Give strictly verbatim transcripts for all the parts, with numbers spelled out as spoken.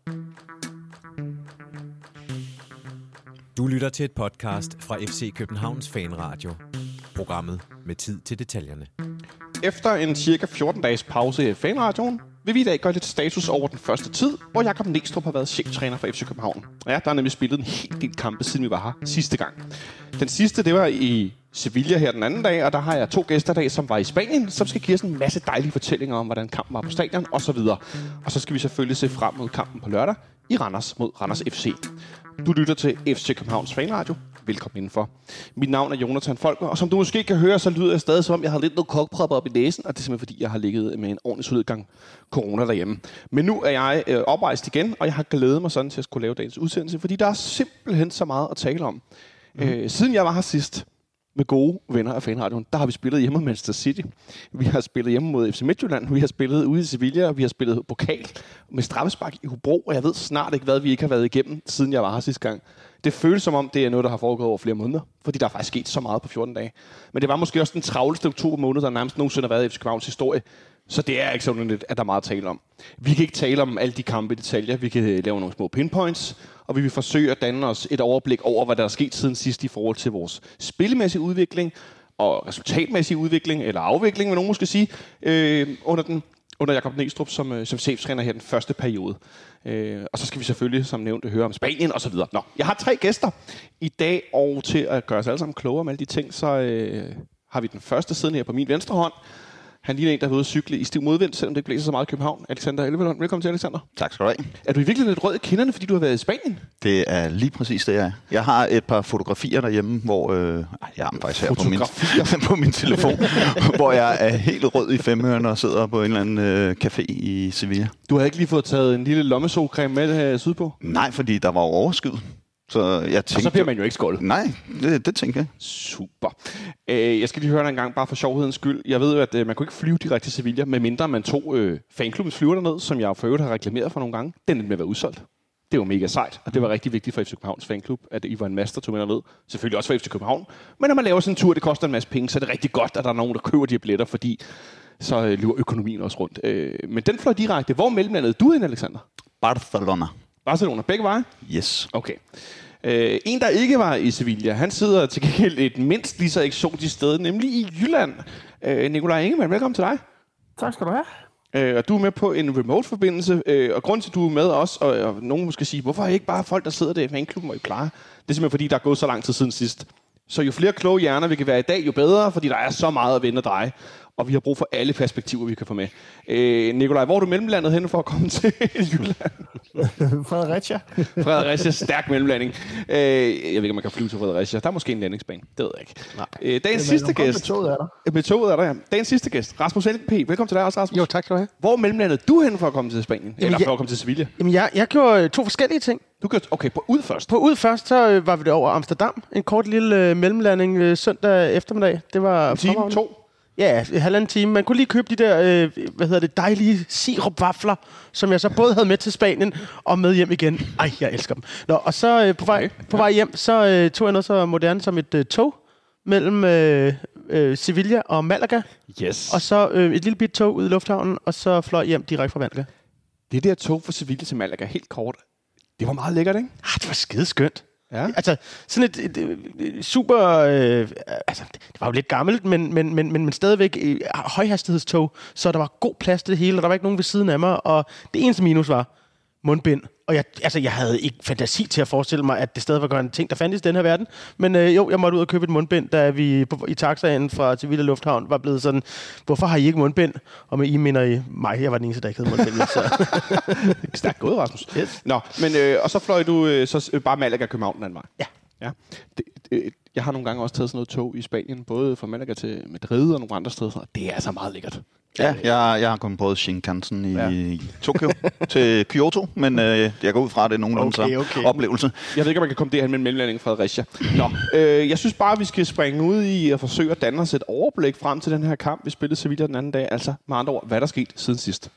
Du lytter til et podcast fra F C Københavns Fanradio. Programmet med tid til detaljerne. Efter en cirka fjorten dages pause i Fanradioen, vil vi i dag gøre lidt status over den første tid, hvor Jakob Næstrup har været cheftræner for F C København. Ja, der er nemlig spillet en hel del kampe, siden vi var her sidste gang. Den sidste, det var i Sevilla her den anden dag, og der har jeg to gæster i dag, som var i Spanien, som skal give os en masse dejlige fortællinger om, hvordan kampen var på stadion osv. Og så skal vi selvfølgelig se frem mod kampen på lørdag i Randers mod Randers F C. Du lytter til F C Københavns Fanradio. Velkommen indenfor. Mit navn er Jonathan Folker, og som du måske kan høre, så lyder jeg stadig som om, jeg har lidt noget kokpropper op i næsen, og det er simpelthen fordi, jeg har ligget med en ordentlig solid gang corona derhjemme. Men nu er jeg øh, oprejst igen, og jeg har glædet mig sådan til at skulle lave dagens udsendelse, fordi der er simpelthen så meget at tale om. Mm. Øh, siden jeg var her sidst med gode venner af Fanradioen, der har vi spillet hjemme mod Manchester City. Vi har spillet hjemme mod F C Midtjylland, vi har spillet ude i Sevilla, og vi har spillet pokal med straffespark i Hobro, og jeg ved snart ikke, hvad vi ikke har været igennem, siden jeg var her sidste gang. Det føles som om, det er noget, der har foregået over flere måneder, fordi der er faktisk sket så meget på fjorten dage. Men det var måske også den travleste oktober måned, der nærmest nogensinde har været i F C Københavns historie. Så det er ikke sådan lidt, at der er meget at tale om. Vi kan ikke tale om alle de kampe i detaljer. Vi kan lave nogle små pinpoints, og vi vil forsøge at danne os et overblik over, hvad der er sket siden sidst i forhold til vores spillemæssige udvikling og resultatmæssige udvikling, eller afvikling, vil nogen måske sige, øh, under den under Jakob Næstrup som, øh, som cheftræner her den første periode. Øh, og så skal vi selvfølgelig, som nævnt, høre om Spanien og så videre. Nå, jeg har tre gæster i dag, og til at gøre os alle sammen klogere om alle de ting, så øh, har vi den første siden her på min venstre hånd. Han ligner en, der har været ude at cykle i stiv modvind, selvom det ikke blæser så meget i København. Alexander Elvelund, velkommen til, Alexander. Tak skal du have. Er du i virkelig lidt rød i kinderne, fordi du har været i Spanien? Det er lige præcis det, jeg er. Jeg har et par fotografier derhjemme, hvor... Øh, jeg har dem faktisk her på min, på min telefon, hvor jeg er helt rød i femøren og sidder på en eller anden øh, café i Sevilla. Du har ikke lige fået taget en lille lommesolcreme med her sydpå? Nej, fordi der var overskud. Så jeg tænkte, og så bliver man jo ikke skoldet. Nej, det, det tænker jeg. Super. Øh, jeg skal lige høre dig en gang, bare for sjovhedens skyld. Jeg ved jo, at øh, man kunne ikke flyve direkte til Sevilla, medmindre man tog øh, fanklubbens flyver derned, som jeg for øvrigt har reklameret for nogle gange. Den er med at være udsolgt. Det var mega sejt, og det var rigtig vigtigt for F C Københavns fanklub, at I var en master, tog med derned. Selvfølgelig også for F C København. Men når man laver sådan en tur, det koster en masse penge, så er det rigtig godt, at der er nogen, der køber de her billetter, fordi så øh, løber økonomien også rundt. Øh, men den fløj direkte. Hvor mellemlandede du hen, Alexander? Barcelona. Barcelona. Begge veje? Yes. Okay. Uh, en, der ikke var i Sevilla, han sidder til gengæld et mindst lige så eksotisk sted, nemlig i Jylland. Uh, Nikolaj Ingemann, velkommen til dig. Tak skal du have. Uh, og du er med på en remote-forbindelse, uh, og grunden til, at du er med os, og, og nogen måske sige, hvorfor er I ikke bare folk, der sidder der i fanklubben, og I plejer? Det er simpelthen, fordi der er gået så lang tid siden sidst. Så jo flere kloge hjerner vi kan være i dag, jo bedre, fordi der er så meget at vende og dreje. Og vi har brug for alle perspektiver, vi kan få med. Øh, Nikolaj, hvor er du mellemlandet henne for at komme til Jylland? Fredericia. Fredericia, stærk mellemlanding. Øh, jeg ved ikke, om man kan flyve til Fredericia. Der er måske en landingsbane. Det ved jeg ikke. Øh, dagens sidste gæst. Med toget er der. Med toget er der, ja. Dagens sidste gæst. Rasmus Helgen P. Velkommen til dig også, Rasmus. Jo, tak skal du have. Hvor mellemlandede du henne for at komme til Spanien? Jamen, Eller for jeg, at komme til Sevilla? Jamen, jeg, jeg gjorde to forskellige ting. Du gjorde, okay, på ud først. På ud først, så øh, var vi der over Amsterdam. En kort lille øh, mellemlanding øh, søndag eftermiddag. Det var en time, to. Ja, en halvanden time. Man kunne lige købe de der, øh, hvad hedder det, dejlige sirupvafler, som jeg så både havde med til Spanien og med hjem igen. Ej, jeg elsker dem. Nå, og så øh, på, vej, okay. på vej hjem, så øh, tog jeg noget så moderne som et øh, tog mellem øh, øh, Sevilla og Malaga. Yes. Og så øh, et lille bit tog ud i lufthavnen, og så fløj hjem direkte fra Malaga. Det der tog fra Sevilla til Malaga, helt kort, det var meget lækkert, ikke? Ah, det var skideskønt. Ja. Altså, sådan et, et, et super... Øh, altså, det var jo lidt gammelt, men, men, men, men stadigvæk øh, højhastighedstog, så der var god plads til det hele, og der var ikke nogen ved siden af mig, og det eneste minus var mundbind. Og jeg, altså, jeg havde ikke fantasi til at forestille mig, at det stadig var en ting, der fandtes i den her verden. Men øh, jo, jeg måtte ud og købe et mundbind, da vi på, i taxaen fra Sevilla Lufthavn var blevet sådan, hvorfor har I ikke mundbind? Og med I mener I mig, jeg var den eneste, der ikke havde mundbind. Så. Stærkt gået, Rasmus. Yes. Nå, men øh, og så fløj du øh, så øh, bare Malaga København den anden vej. Ja. Ja. Det, det, jeg har nogle gange også taget sådan noget tog i Spanien, både fra Malaga til Madrid og nogle andre steder, og det er altså meget lækkert. Ja, jeg, jeg har kommet på Shinkansen i ja. Tokyo til Kyoto, men øh, jeg går ud fra, at det er nogenlunde okay, samme okay. oplevelse. Jeg ved ikke, om man kan komme derhen med en mellemlanding fra Fredericia. Nå, øh, jeg synes bare, at vi skal springe ud i at forsøge at danne os et overblik frem til den her kamp, vi spillede Sevilla den anden dag. Altså, med andre ord, hvad der er sket siden sidst.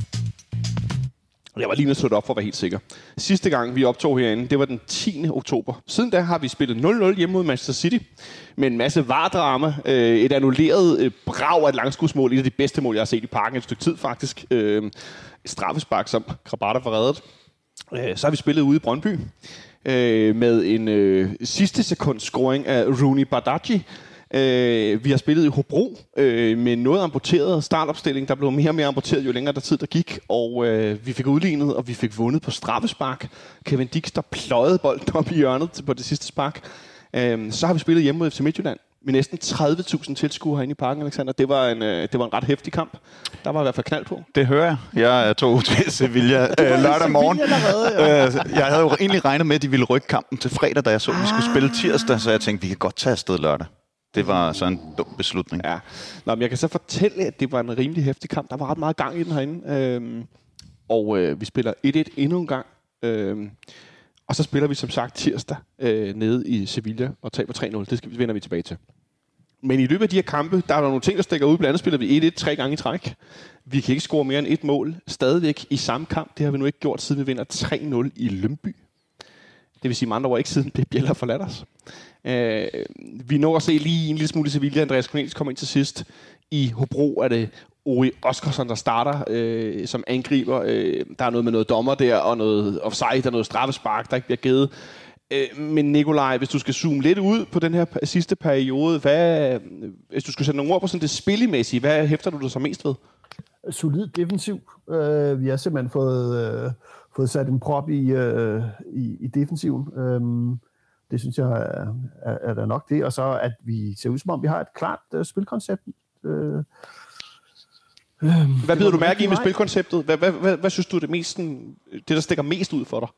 Jeg var lige nødt til at op for at være helt sikker. Sidste gang, vi optog herinde, det var den tiende oktober. Siden da har vi spillet nul nul hjemme mod Manchester City. Med en masse vardrama. Øh, et annulleret øh, brag af et langskudsmål. Et af de bedste mål, jeg har set i parken et stykke tid, faktisk. Øh, straffespark, som Krabata var reddet. Øh, så har vi spillet ude i Brøndby øh, med en øh, sidste sekund scoring af Rooney Bardghji. Øh, vi har spillet i Hobro øh, med noget amputeret startopstilling, der blev mere og mere amputeret, jo længere der tid der gik, og øh, vi fik udlignet, og vi fik vundet på straffespark. Kevin Dix, der pløjede bolden op i hjørnet på det sidste spark. Øh, så har vi spillet hjemme mod F C Midtjylland med næsten tredive tusind tilskuere herinde i parken, Alexander. Det var en, øh, det var en ret heftig kamp. Der var i hvert fald knald på. Det hører jeg. Jeg tog til Sevilla øh, lørdag morgen. Jeg havde jo egentlig regnet med, at de ville rykke kampen til fredag, da jeg så, at vi skulle spille tirsdag, så jeg tænkte, vi kan godt tage afsted lørdag. Det var så en dum beslutning. Ja. Nå, men jeg kan så fortælle, at det var en rimelig heftig kamp. Der var ret meget gang i den herinde. Øhm, og øh, vi spiller et et endnu en gang. Øhm, og så spiller vi som sagt tirsdag øh, nede i Sevilla og taber tre nul. Det skal, vender vi tilbage til. Men i løbet af de her kampe, der er der nogle ting, der stikker ud. Blandt andet spiller vi et et tre gange i træk. Vi kan ikke score mere end et mål stadigvæk i samme kamp. Det har vi nu ikke gjort, siden vi vinder tre nul i Lyngby. Det vil sige, at andre år ikke siden Pep Biel har forladt os. Øh, vi når at se lige en lille smule i Sevilla. Andreas Cornelius kommer ind til sidst. I Hobro er det Ori Oskarsson, der starter øh, som angriber. Øh, der er noget med noget dommer der, og noget offside, og noget straffespark, der ikke bliver givet. Øh, men Nikolaj, hvis du skal zoome lidt ud på den her sidste periode, hvad, hvis du skulle sætte nogle ord på sådan det spillemæssige, hvad hæfter du dig så mest ved? Solid defensiv. Øh, vi har simpelthen fået, øh, fået sat en prop i, øh, i, i defensiven. Øh, det synes jeg er, er, er der nok det. Og så at vi ser ud som om, vi har et klart øh, spilkoncept. Øh, øh, hvad bider du mærke i med spilkonceptet? Hvad, hvad, hvad, hvad synes du er det, mest, det, der stikker mest ud for dig?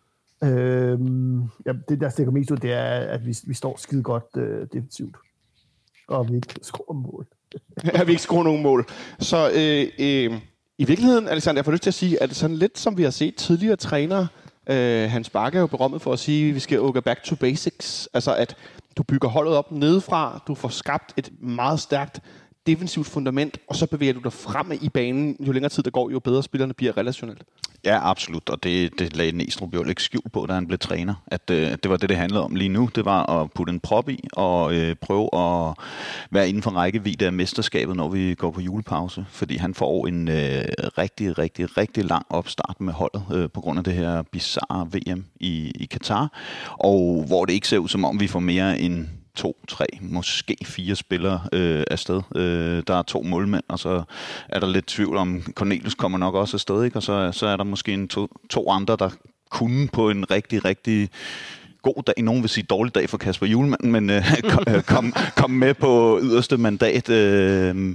Øhm, ja, det, der stikker mest ud, det er, at vi, vi står skide godt øh, defensivt. Og vi ikke scorer mål. Ja, vi ikke scorer nogen mål. Så øh, øh, i virkeligheden, Alexander, jeg får lyst til at sige, at det sådan lidt, som vi har set tidligere trænere, øh, Hans Bakke er jo berømmet for at sige, at vi skal go back to basics. Altså, at du bygger holdet op nedefra, du får skabt et meget stærkt defensivt fundament, og så bevæger du dig frem i banen. Jo længere tid der går, jo bedre spillerne bliver relationelt. Ja, absolut, og det, det lagde Næstrup jo ikke skjult på, da han blev træner. At øh, det var det, det handlede om lige nu. Det var at putte en prop i og øh, prøve at være inden for rækkevidde af mesterskabet, når vi går på julepause. Fordi han får en øh, rigtig, rigtig, rigtig lang opstart med holdet øh, på grund af det her bizarre V M i, i Katar. Og hvor det ikke ser ud som om, vi får mere end to, tre, måske fire spillere øh, afsted. Øh, der er to målmænd, og så er der lidt tvivl om, Cornelius kommer nok også afsted, ikke? Og så, så er der måske en to, to andre, der kunne på en rigtig, rigtig god dag, nogen vil sige dårlig dag for Kasper Hjulmand, men øh, kom, kom, kom med på yderste mandat. Øh,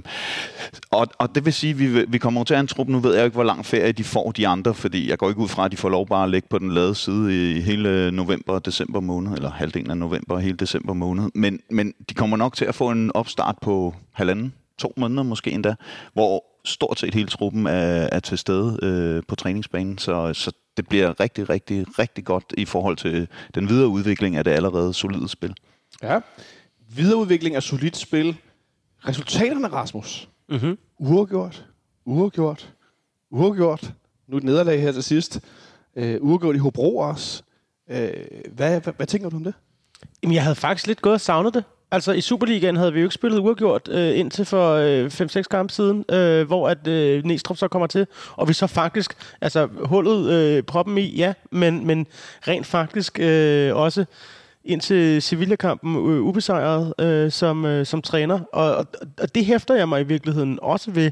og, og det vil sige, at vi, vi kommer til at have en trup. Nu ved jeg ikke, hvor lang ferie de får, de andre, fordi jeg går ikke ud fra, at de får lov bare at ligge på den lade side i hele november og december måned, eller halvdelen af november og hele december måned. Men, men de kommer nok til at få en opstart på halvanden, to måneder måske endda, hvor stort set hele truppen er, er til stede øh, på træningsbanen, så, så det bliver rigtig, rigtig, rigtig godt i forhold til den videre udvikling af det allerede solide spil. Ja, videreudvikling af solidt spil. Resultaterne, Rasmus. Mm-hmm. Uafgjort, uafgjort, uafgjort. Nu et nederlag her til sidst. Uh, uafgjort i Hobro også. Uh, hvad, hvad, hvad tænker du om det? Jamen, jeg havde faktisk lidt gået og savnet det. Altså, i Superligaen havde vi jo ikke spillet uafgjort øh, indtil for øh, fem seks kampe siden, øh, hvor at øh, Næstrup så kommer til, og vi så faktisk, altså hullet øh, proppen i, ja, men, men rent faktisk øh, også indtil Sevilla-kampen øh, ubesejret øh, som, øh, som træner. Og, og, og det hæfter jeg mig i virkeligheden også ved,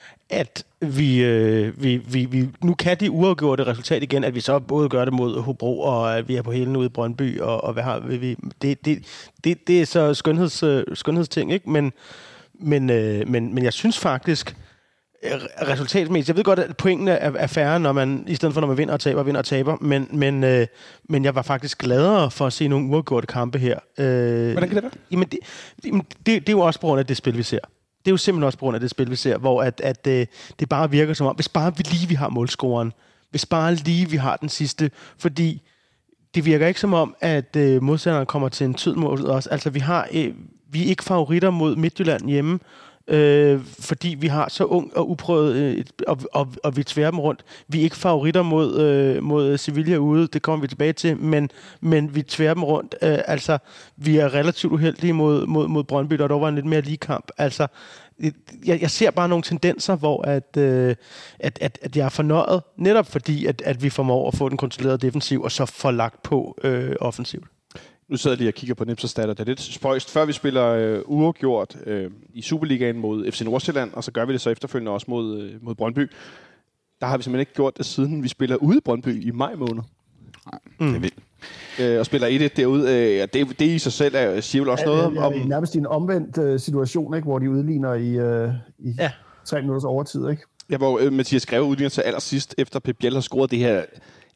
at vi, øh, vi, vi, vi nu kan de uafgjorte resultat igen, at vi så både gør det mod Hobro, og at vi er på hælen ude i Brøndby, og, og hvad har vi? Det, det, det, det er så skønheds, øh, skønhedsting, ikke? Men, men, øh, men, men jeg synes faktisk, resultatmæssigt, jeg ved godt, at pointene er, er færre, når man, i stedet for når man vinder og taber, vinder og taber, men, men, øh, men jeg var faktisk gladere for at se nogle uafgjorte kampe her. Øh, Hvordan kan det være? Jamen, det, det, det, det er jo også på grund af det spil, vi ser. Det er jo simpelthen også på grund af det spil, vi ser, hvor at, at, øh, det bare virker som om, hvis bare vi lige vi har målscoren, hvis bare lige vi har den sidste, fordi det virker ikke som om, at øh, modstanderen kommer til en tyd mod os. Altså, vi, har, øh, vi er ikke favoritter mod Midtjylland hjemme, øh, fordi vi har så ung og uprøvet, øh, og, og, og vi tværer dem rundt. Vi er ikke favoritter mod, øh, mod Sevilla ude, det kommer vi tilbage til, men, men vi tværer dem rundt. Øh, altså, vi er relativt uheldige mod, mod, mod Brøndby, der dog var en lidt mere lige kamp. Altså, jeg, jeg ser bare nogle tendenser, hvor at, øh, at, at, at jeg er fornøjet, netop fordi, at, at vi formår at få den kontrollerede defensiv, og så får lagt på øh, offensivt. Nu sidder jeg lige og kigger på Nipser-statter. Det er lidt spøjst. Før vi spiller øh, uafgjort øh, i Superligaen mod F C Nordsjælland, og så gør vi det så efterfølgende også mod, øh, mod Brøndby. Der har vi simpelthen ikke gjort det, siden vi spiller ude i Brøndby i maj måned. Nej, mm. det er vildt. Øh, og spiller et et derude. Øh, det, det i sig selv er, siger vel også ja, noget om... Ja, det er nærmest en omvendt uh, situation, ikke, hvor de udligner i, uh, i ja. tre minutters overtid. Ikke? Ja, hvor øh, Mathias Greve udligner til allersidst, efter Pep Biel har scoret det her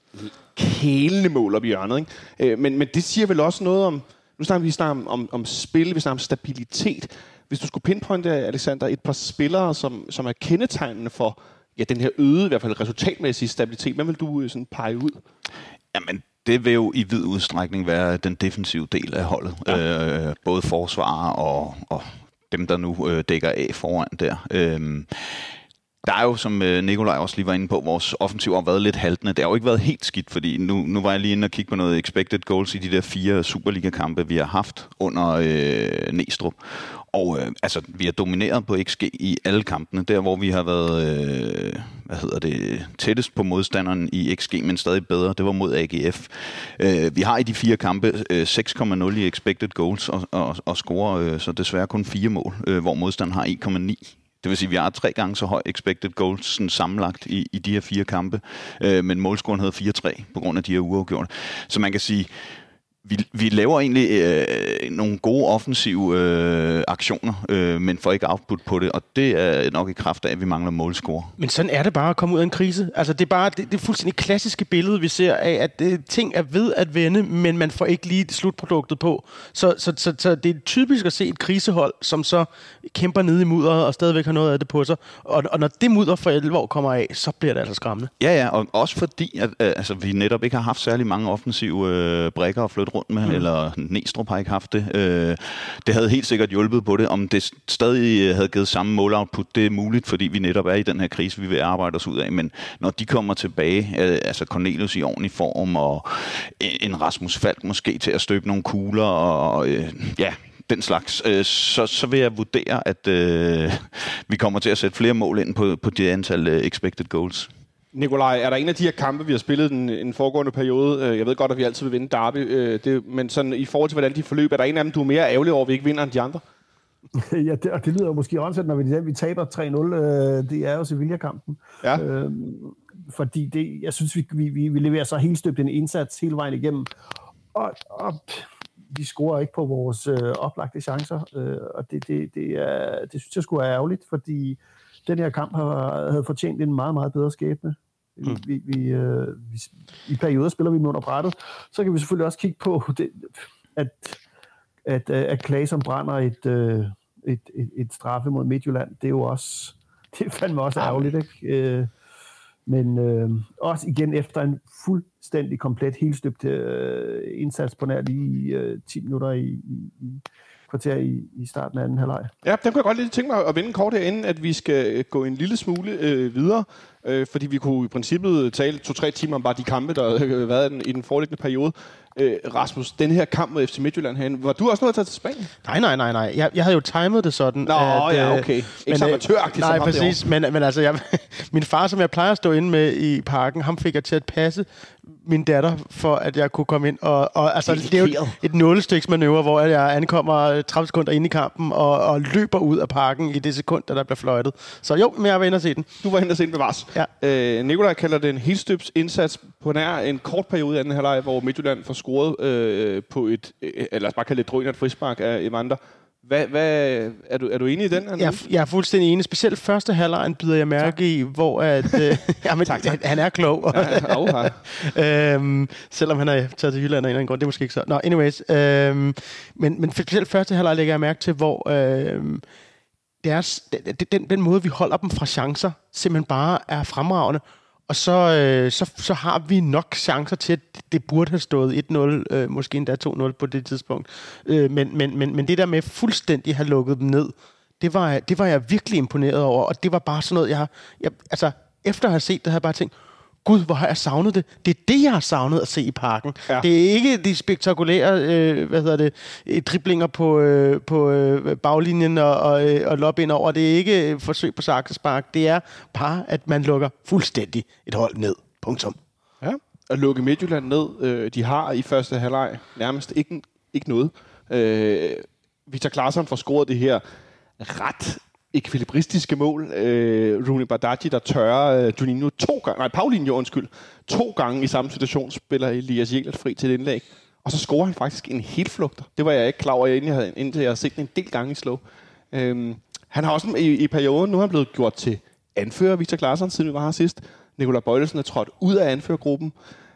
kælende mål op i hjørnet. Ikke? Øh, men, men det siger vel også noget om... Nu snakker vi snart om, om, om spil, vi snakker om stabilitet. Hvis du skulle pinpointe, Alexander, et par spillere, som, som er kendetegnende for ja, den her øgede, i hvert fald resultatmæssige stabilitet, hvad vil du sådan pege ud? Jamen, det vil jo i vid udstrækning være den defensive del af holdet. Ja. Øh, både forsvarer og, og dem, der nu øh, dækker af foran der. Øh, Der er jo, som Nikolaj også lige var inde på, vores offensiv har været lidt haltende. Det har jo ikke været helt skidt, fordi nu, nu var jeg lige inde og kigge på noget expected goals i de der fire Superliga-kampe, vi har haft under øh, Næstrup. Og øh, altså, vi har domineret på X G i alle kampene. Der, hvor vi har været øh, hvad hedder det, tættest på modstanderen i X G, men stadig bedre, det var mod A G F. Øh, vi har i de fire kampe øh, seks komma nul i expected goals og, og, og scorer øh, så desværre kun fire mål, øh, hvor modstanderen har en komma ni. Det vil sige, at vi har tre gange så høj expected goals sådan sammenlagt i, i de her fire kampe, øh, men målscoren hedder fire tre på grund af de her uafgjorte. Så man kan sige, vi, vi laver egentlig øh, nogle gode offensive øh, aktioner, øh, men får ikke output på det, og det er nok i kraft af, at vi mangler målscore. Men sådan er det bare at komme ud af en krise. Altså det er bare det, det er fuldstændig klassiske billede, vi ser af, at det, ting er ved at vende, men man får ikke lige slutproduktet på. Så, så, så, så det er typisk at se et krisehold, som så kæmper nede i mudderet og stadigvæk har noget af det på sig. Og, og når det mudder for alvor kommer af, så bliver det altså skræmmende. Ja, ja, og også fordi, at øh, altså, vi netop ikke har haft særlig mange offensive øh, brækker at flytte rundt med, mm. eller Næstrup har ikke haft det. Øh, det havde helt sikkert hjulpet på det. Om det stadig havde givet samme måloutput, det er muligt, fordi vi netop er i den her krise, vi vil arbejde os ud af. Men når de kommer tilbage, øh, altså Cornelius i ordentlig form, og en Rasmus Falk måske til at støbe nogle kugler, og øh, ja, den slags, øh, så, så vil jeg vurdere, at øh, vi kommer til at sætte flere mål ind på, på det antal øh, expected goals. Nikolaj, er der en af de her kampe, vi har spillet den, en foregående periode? Jeg ved godt, at vi altid vil vinde derby, det, men sådan, i forhold til, hvordan de forløb, er der en af dem, du er mere ærgerlig over, at vi ikke vinder end de andre? Ja, det, og det lyder jo måske åndssæt, når vi, vi taber tre nul. Øh, det er jo Sevilla-kampen. Ja. Øh, fordi det, jeg synes, vi, vi, vi leverer så helt støbt en indsats hele vejen igennem. Og, og de scorer ikke på vores øh, oplagte chancer. Øh, og det, det, det, er, det synes jeg skulle være ærgerligt, fordi den her kamp har, havde fortjent en meget, meget bedre skæbne. Mm. Vi, vi, øh, vi, I perioder spiller vi med under brættet. Så kan vi selvfølgelig også kigge på, det, at, at, at Claesson brænder et, et, et, et straffe mod Midtjylland. Det er jo også, det er fandme også ærgerligt, ikke? Men øh, også igen efter en fuldstændig komplet, helstøbt øh, indsats på nær lige øh, ti minutter i, i, i kvarter i, i starten af anden halvleg. Ja, den kunne jeg godt lige tænke mig at vende kort herinde, at vi skal gå en lille smule øh, videre, øh, fordi vi kunne i princippet tale to-tre timer om bare de kampe, der har været i den, i den foreliggende periode. Øh, Rasmus, den her kamp mod F C Midtjylland herinde, var du også nødt til at tage til Spanien? Nej, nej, nej, nej. Jeg, jeg havde jo timet det sådan. Nå, at, ja, okay. Ikke men, så amatøragtigt nej, som præcis, men, men altså, jeg, min far, som jeg plejer at stå inde med i parken, ham fik jeg til at passe min datter, for at jeg kunne komme ind. Og, og altså, det er jo et nålestiksmanøvre, hvor jeg ankommer tredive sekunder ind i kampen, og, og løber ud af parken i det sekund, der, der bliver fløjtet. Så jo, men jeg var inde og se den. Du var inde og se den bevares. Ja. Øh, Nikolaj kalder det en helstøbs indsats på nær en kort periode i anden halvleg, hvor Midtjylland får scoret øh, på et, øh, eller lad os bare kalde det et drønende frispark af Evander. Hvad, hvad, er, du, er du enig i den? Jeg, jeg er fuldstændig enig. Specielt første halvlejen byder jeg mærke tak. i, hvor at, øh, jamen, tak, tak. han er klog. Ja, øhm, selvom han er taget til Jylland af en eller anden grund. Det er måske ikke så. Nå, anyways. Øhm, men, men specielt første halvleg lægger jeg mærke til, hvor øhm, deres, den, den måde, vi holder dem fra chancer, simpelthen bare er fremragende. Og så, øh, så, så har vi nok chancer til, at det burde have stået et nul, øh, måske endda to nul på det tidspunkt. Øh, men, men, men, men det der med fuldstændig at have lukket dem ned, det var, det var jeg virkelig imponeret over. Og det var bare sådan noget, jeg, jeg altså efter at have set det, havde jeg bare tænkt, Gud, hvor har jeg savnet det. Det er det, jeg har savnet at se i Parken. Ja. Det er ikke de spektakulære øh, hvad hedder det, driblinger på, øh, på øh, baglinjen og, og, og lop ind over. Det er ikke forsøg på saksespark. Det er bare, at man lukker fuldstændig et hold ned. Punktum. Ja, at lukke Midtjylland ned. Øh, de har i første halvleg nærmest ikke, ikke noget. Øh, Victor Claesson får scoret det her ret ekvilibristiske mål. Øh, Rooney Bardghji, der tørrer øh, Juninho to gange, nej, Paulinho, undskyld, to gange i samme situation, spiller Elias Jelert fri til et indlæg. Og så scorer han faktisk en helflugter. Det var jeg ikke klar over, inden jeg havde, indtil jeg havde set den en del gange i slow. Øh, han har også i, i perioden, nu er han blevet gjort til anfører, Victor Claesson, siden vi var her sidst. Nikolaj Bøjlesen er trådt ud af anførergruppen.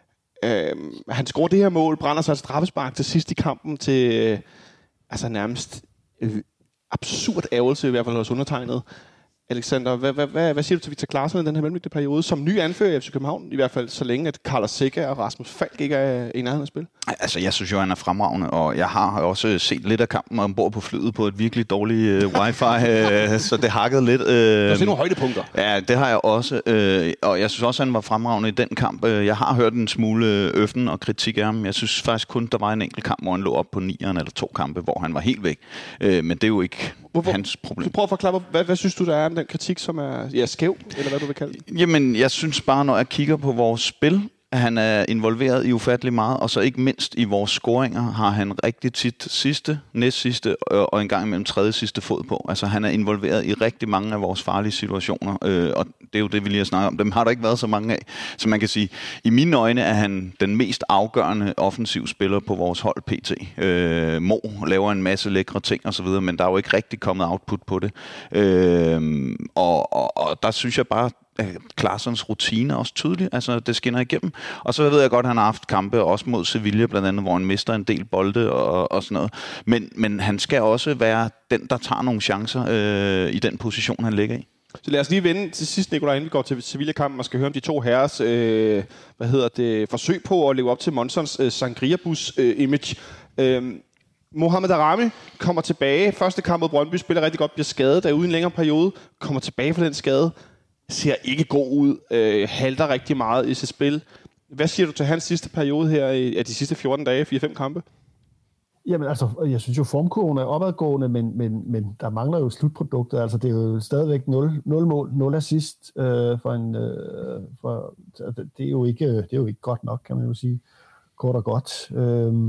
Øh, han scorer det her mål, brænder sig et straffespark til sidst i kampen til øh, altså nærmest øh, absurd ærgelse, i hvert fald hos undertegnet. Alexander, hvad, hvad, hvad, hvad siger du til Victor Claesson i den her mellemliggende periode, som ny anfører i F C København, i hvert fald så længe, at Carlos Seca og Rasmus Falk ikke er i nærheden af spil? Altså, jeg synes jo, han er fremragende, og jeg har også set lidt af kampen ombord på flyet på et virkelig dårligt uh, wifi, uh, så det hakkede lidt. Uh, du har set nogle højdepunkter. Ja, det har jeg også, uh, og jeg synes også, han var fremragende i den kamp. Jeg har hørt en smule øffen og kritik af ham. Jeg synes faktisk kun, der var en enkelt kamp, hvor han lå op på nieren eller to kampe, hvor han var helt væk. Uh, men det er jo ikke Hvorfor? hans problem. Du prøver at forklare, hvad, hvad synes du, der er den kritik, som er ja, skæv, eller hvad du vil kalde det? Jamen, jeg synes bare, når jeg kigger på vores spil, at han er involveret i ufattelig meget, og så ikke mindst i vores scoringer har han rigtig tit sidste, næst sidste og en gang imellem tredje sidste fod på. Altså, han er involveret i rigtig mange af vores farlige situationer, øh, og det er jo det, vi lige har snakket om. Dem har der ikke været så mange af. Så man kan sige, i mine øjne er han den mest afgørende offensiv spiller på vores hold P T. Øh, Mo laver en masse lækre ting osv., men der er jo ikke rigtig kommet output på det. Øh, og, og, og der synes jeg bare, Claessons rutine er også tydelig, altså det skinner igennem. Og så ved jeg godt, at han har haft kampe også mod Sevilla, blandt andet, hvor han mister en del bolde og, og sådan noget. Men, men han skal også være den, der tager nogle chancer øh, i den position, han ligger i. Så lad os lige vende til sidst, Nikolaj, inden vi går til Sevilla-kampen og skal høre om de to herres øh, hvad hedder det, forsøg på at leve op til Monsons øh, Sangria-bus-image. Øh, Mohamed Daramy kommer tilbage. Første kamp mod Brøndby, spiller rigtig godt, bliver skadet, der er ude en længere periode, kommer tilbage fra den skade. Ser ikke god ud, øh, halter rigtig meget i sit spil. Hvad siger du til hans sidste periode her i af de sidste fjorten dage, fire fem kampe? Jamen altså, jeg synes jo, formkurven er opadgående, men, men, men der mangler jo slutprodukter. Altså, det er jo stadigvæk nul mål, nul assist øh, for en... Øh, for, det, er jo ikke, det er jo ikke godt nok, kan man jo sige. Kort og godt. Øh,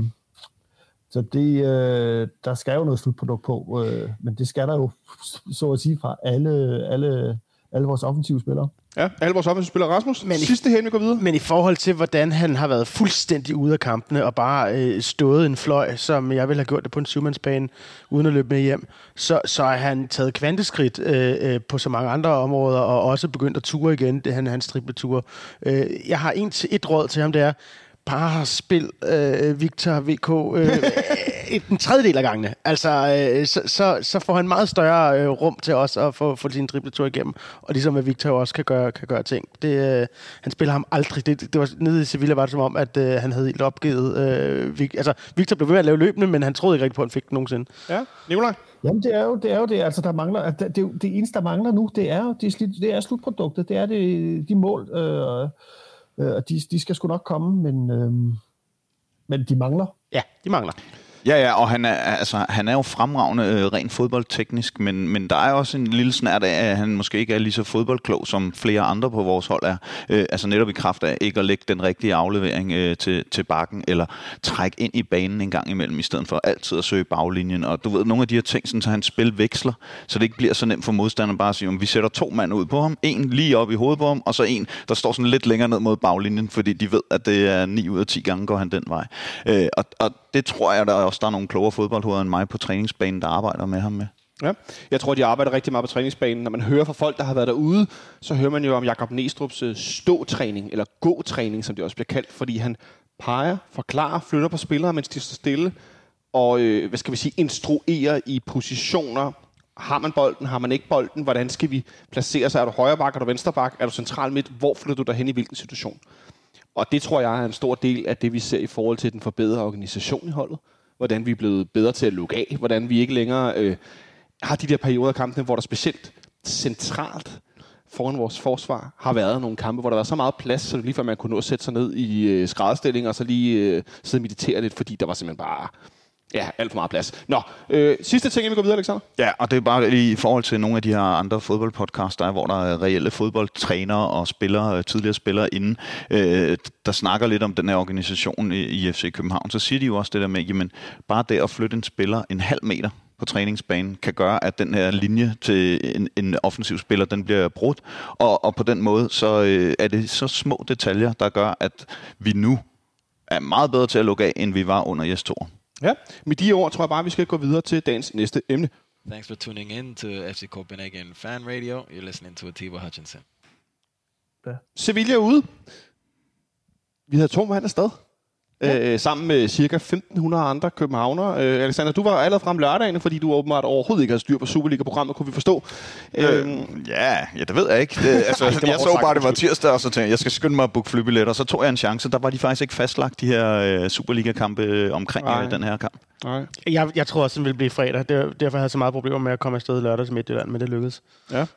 så det, øh, der skal jo noget slutprodukt på, øh, men det skal der jo, så at sige, fra alle... alle alle vores offensive spillere. Ja, alle vores offensive spillere. Rasmus, men sidste hen, vi går videre. Men i forhold til, hvordan han har været fuldstændig ude af kampene og bare øh, stået en fløj, som jeg ville have gjort det på en syvmandsbane, uden at løbe med hjem, så, så har han taget kvanteskridt øh, øh, på så mange andre områder, og også begyndt at ture igen. Det han hans tripleture. Øh, jeg har en til et råd til ham, det er, bare spil øh, Victor V K øh, en tredjedel af gangene. Altså, øh, så, så, så får han meget større øh, rum til os at få, få sin dribletur igennem. Og ligesom at Victor også kan gøre, kan gøre ting. Det, øh, han spiller ham aldrig. Det, det var nede i Sevilla var det som om, at øh, han havde helt opgivet. Øh, Vic, altså, Victor blev ved med at lave løbende, men han troede ikke rigtig på, at han fik det nogensinde. Ja, Nikolaj? Jamen, det er jo det. Er jo det. Altså, der mangler, det, det, det eneste, der mangler nu, det er jo det, det er slutproduktet. Det er det, de mål, øh, og de, de skal sgu nok komme, men, øhm, men de mangler. Ja, de mangler. Ja, ja, og han er, altså, han er jo fremragende øh, rent fodboldteknisk, men, men der er også en lille snært af, at han måske ikke er lige så fodboldklog, som flere andre på vores hold er. Øh, altså netop i kraft af ikke at lægge den rigtige aflevering øh, til, til bakken, eller trække ind i banen en gang imellem, i stedet for altid at søge baglinjen. Og du ved, nogle af de her ting, sådan, så han spil veksler, så det ikke bliver så nemt for modstanderen bare at sige, at vi sætter to mand ud på ham, en lige op i hovedet på ham, og så en, der står sådan lidt længere ned mod baglinjen, fordi de ved, at det er ni ud af ti gange går han den vej. Øh, og, og det tror jeg, der er også der er nogle klogere fodboldhoveder end mig på træningsbanen, der arbejder med ham med. Ja, jeg tror, de arbejder rigtig meget på træningsbanen. Når man hører fra folk, der har været derude, så hører man jo om Jakob Næstrup's stå-træning, eller gå-træning, som det også bliver kaldt, fordi han peger, forklarer, flytter på spillere, mens de står stille, og øh, hvad skal vi sige, instruerer i positioner. Har man bolden, har man ikke bolden? Hvordan skal vi placere sig? Er du højre bak, er du venstre bak, er du central midt? Hvor flytter du dig hen i hvilken situation? Og det tror jeg er en stor del af det, vi ser i forhold til den forbedrede organisation i holdet. Hvordan vi er blevet bedre til at lukke af. Hvordan vi ikke længere øh, har de der perioder af kampene, hvor der specielt centralt foran vores forsvar har været nogle kampe, hvor der var så meget plads, så det lige før man kunne nå at sætte sig ned i øh, skrædderstilling og så lige øh, sidde og meditere lidt, fordi der var simpelthen bare ja, alt for meget plads. Nå, øh, sidste ting, inden vi går videre, Alexander. Ja, og det er bare i forhold til nogle af de her andre fodboldpodcasts, der er, hvor der er reelle fodboldtrænere og spillere, tidligere spillere inde, øh, der snakker lidt om den her organisation i, i F C København. Så siger de jo også det der med, jamen bare det at flytte en spiller en halv meter på træningsbanen kan gøre, at den her linje til en, en offensiv spiller, den bliver brudt. Og, og på den måde, så øh, er det så små detaljer, der gør, at vi nu er meget bedre til at lukke af, end vi var under Jes Thor. Ja, med de ord tror jeg bare, vi skal gå videre til dagens næste emne. Thanks for tuning in to F C Copenhagen Fan Radio. You're listening to Atiba Hutchinson. Ja. Sevilla ude. Vi havde to mand afsted. Ja. Øh, sammen med cirka femten hundrede andre københavnere. Øh, Alexander, du var allerede frem lørdagen, fordi du åbenbart overhovedet ikke havde styr på Superliga-programmet, kunne vi forstå. Øh, ja, ja, det ved jeg ikke. Det, altså, Ej, det jeg så bare, det var tirsdag, og så tænkte jeg, jeg skal skynde mig at booke flybilletter, og så tog jeg en chance. Der var de faktisk ikke fastlagt, de her uh, Superliga-kampe omkring uh, den her kamp. Nej. Jeg, jeg tror også, den ville blive fredag. Der, derfor havde jeg så meget problemer med at komme afsted lørdag til Midtjylland, men det lykkedes. Ja.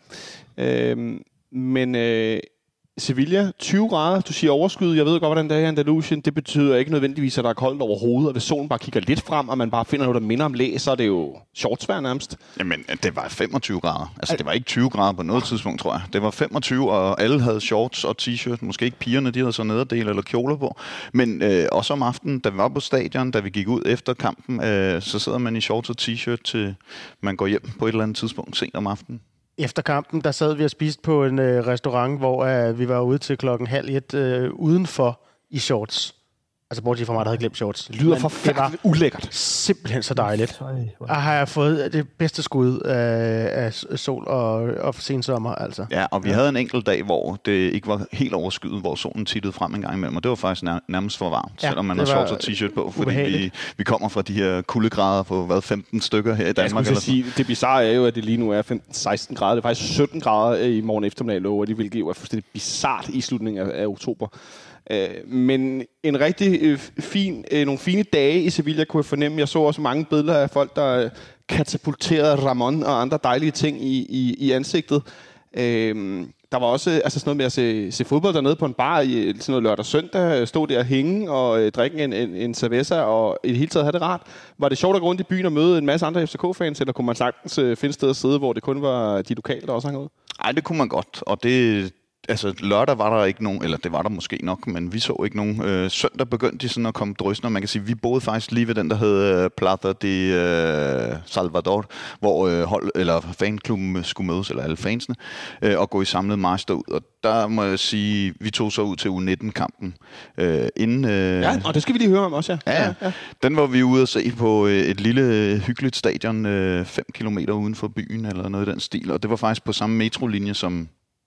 Øh, men... Øh Sevilla, tyve grader, du siger overskyet. Jeg ved godt, hvordan det er i Andalusien. Det betyder ikke nødvendigvis, at der er koldt over hovedet, og hvis solen bare kigger lidt frem, og man bare finder noget, der minder om læ, så er det jo shortsvær nærmest. Jamen, det var femogtyve grader. Altså, det var ikke tyve grader på noget tidspunkt, tror jeg. Det var femogtyve, og alle havde shorts og t-shirt. Måske ikke pigerne, de havde så nederdel eller kjoler på. Men øh, også om aftenen, da vi var på stadion, da vi gik ud efter kampen, øh, så sidder man i shorts og t-shirt, til man går hjem på et eller andet tidspunkt sent om aftenen. Efter kampen, der sad vi og spiste på en øh, restaurant, hvor øh, vi var ude til klokken halv et øh, udenfor i shorts. Altså, bortset fra mig, der havde glemt shorts. Det lyder forfærdeligt ulækkert. Simpelthen så dejligt. Og har jeg fået det bedste skud af, af sol og, og sensommer, altså. Ja, og vi ja. havde en enkelt dag, hvor det ikke var helt overskyet, hvor solen tittede frem en gang imellem, og det var faktisk nær, nærmest for varmt, ja, selvom man har shorts og t-shirt på, fordi vi, vi kommer fra de her kuldegrader på, hvad, femten stykker her i Danmark. Jeg sige, det bizarre er jo, at det lige nu er femten seksten grader. Det er faktisk sytten grader i morgen eftermiddag, lover de, hvilket jo er fuldstændig bizart i slutningen af, af oktober. Uh, men en rigtig uh, fin, uh, nogle fine dage i Sevilla kunne jeg fornemme. Jeg så også mange billeder af folk, der uh, katapulterede Ramon og andre dejlige ting i, i, i ansigtet. Uh, der var også altså sådan noget med at se, se fodbold dernede på en bar i sådan noget lørdag søndag, stå der og hænge og uh, drikke en, en, en cerveza og i det hele taget have det rart. Var det sjovt at gå rundt i byen og møde en masse andre F C K-fans, eller kunne man sagtens uh, finde sted at sidde, hvor det kun var de lokale, der også hang ud? Nej, det kunne man godt, og det... Altså lørdag var der ikke nogen, eller det var der måske nok, men vi så ikke nogen. Øh, søndag begyndte de sådan at komme drøsende, man kan sige, vi boede faktisk lige ved den, der hed uh, Plaza de uh, Salvador, hvor uh, hold, eller fanklubben skulle mødes, eller alle fansene, uh, og gå i samlet march derud. Og der må jeg sige, vi tog så ud til U nitten-kampen. Uh, inden, uh, ja, og det skal vi lige høre om også, ja. Ja, ja. ja. Den var vi ude at se på uh, et lille hyggeligt stadion, uh, fem kilometer uden for byen, eller noget i den stil, og det var faktisk på samme metrolinje som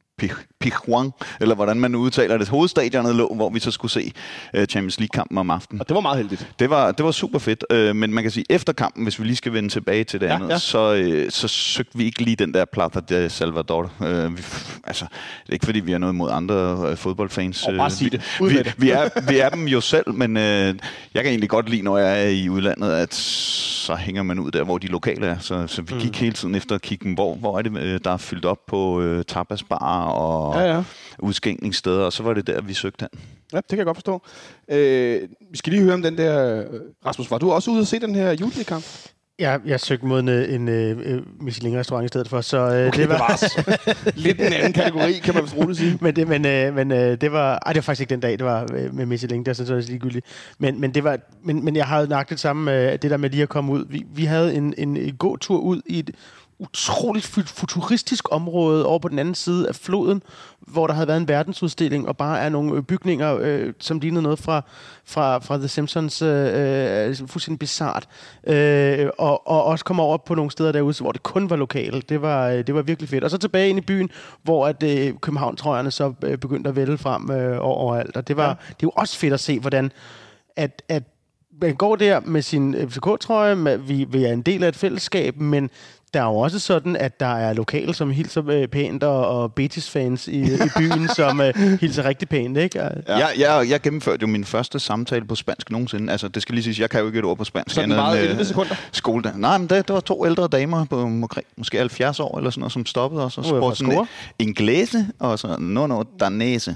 Pijuan, eller hvordan man udtaler det. Hovedstadionet lå, hvor vi så skulle se uh, Champions League-kampen om aftenen. Og det var meget heldigt. Det var, det var super fedt, uh, men man kan sige, efter kampen, hvis vi lige skal vende tilbage til det ja, andet, ja. Så, uh, så søgte vi ikke lige den der Plaza de Salvador. Uh, vi, altså, det er ikke fordi, vi er noget mod andre uh, fodboldfans. Og bare sige det. Vi, vi, vi, er, vi er dem jo selv, men uh, jeg kan egentlig godt lide, når jeg er i udlandet, at så hænger man ud der, hvor de lokale er. Så, så vi gik mm. hele tiden efter at kigge, hvor, hvor er det, der er fyldt op på uh, tapasbarer og ja, ja. udskænkningssteder, og så var det der, vi søgte hen. Ja, det kan jeg godt forstå. Øh, vi skal lige høre om den der... Rasmus, var du også ude at se den her julekamp? Ja, jeg søgte mod en, en, en Michelin-restaurant i stedet for, så øh, okay, det var... Det var lidt en anden kategori, kan man vist roligt sige. men det, men, øh, men øh, det var... Ej, det var faktisk ikke den dag, det var øh, med Michelin, det er sådan så ligegyldigt. Men, men, det var, men, men jeg havde nøjagtigt det samme med det der med lige at komme ud. Vi, vi havde en, en, en god tur ud i et utroligt futuristisk område over på den anden side af floden, hvor der havde været en verdensudstilling, og bare er nogle bygninger, øh, som lignede noget fra, fra, fra The Simpsons, øh, fuldstændig bizart. Øh, og, og også kom over på nogle steder derude, hvor det kun var lokalt. Det var, det var virkelig fedt. Og så tilbage ind i byen, hvor at, øh, København-trøjerne så øh, begyndte at vælge frem øh, overalt. Og det var, ja. Det er jo også fedt at se, hvordan at, at man går der med sin F C K-trøje, vi, vi er en del af et fællesskab, men Der er jo også sådan, at der er lokale, som hilser øh, pænt, og, og Betis-fans i, i byen, som øh, hilser rigtig pænt, ikke? Ja. Jeg, jeg, jeg gennemførte jo min første samtale på spansk nogensinde. Altså, det skal lige siges, jeg kan jo ikke et ord på spansk. Så det var elleve sekunder? Skole. Nej, men det, det var to ældre damer på måske halvfjerds år, eller sådan noget, som stoppede os og spurgte sådan inglese, og så, no, no, danese.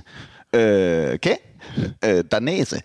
Øh, okay? Øh, danese.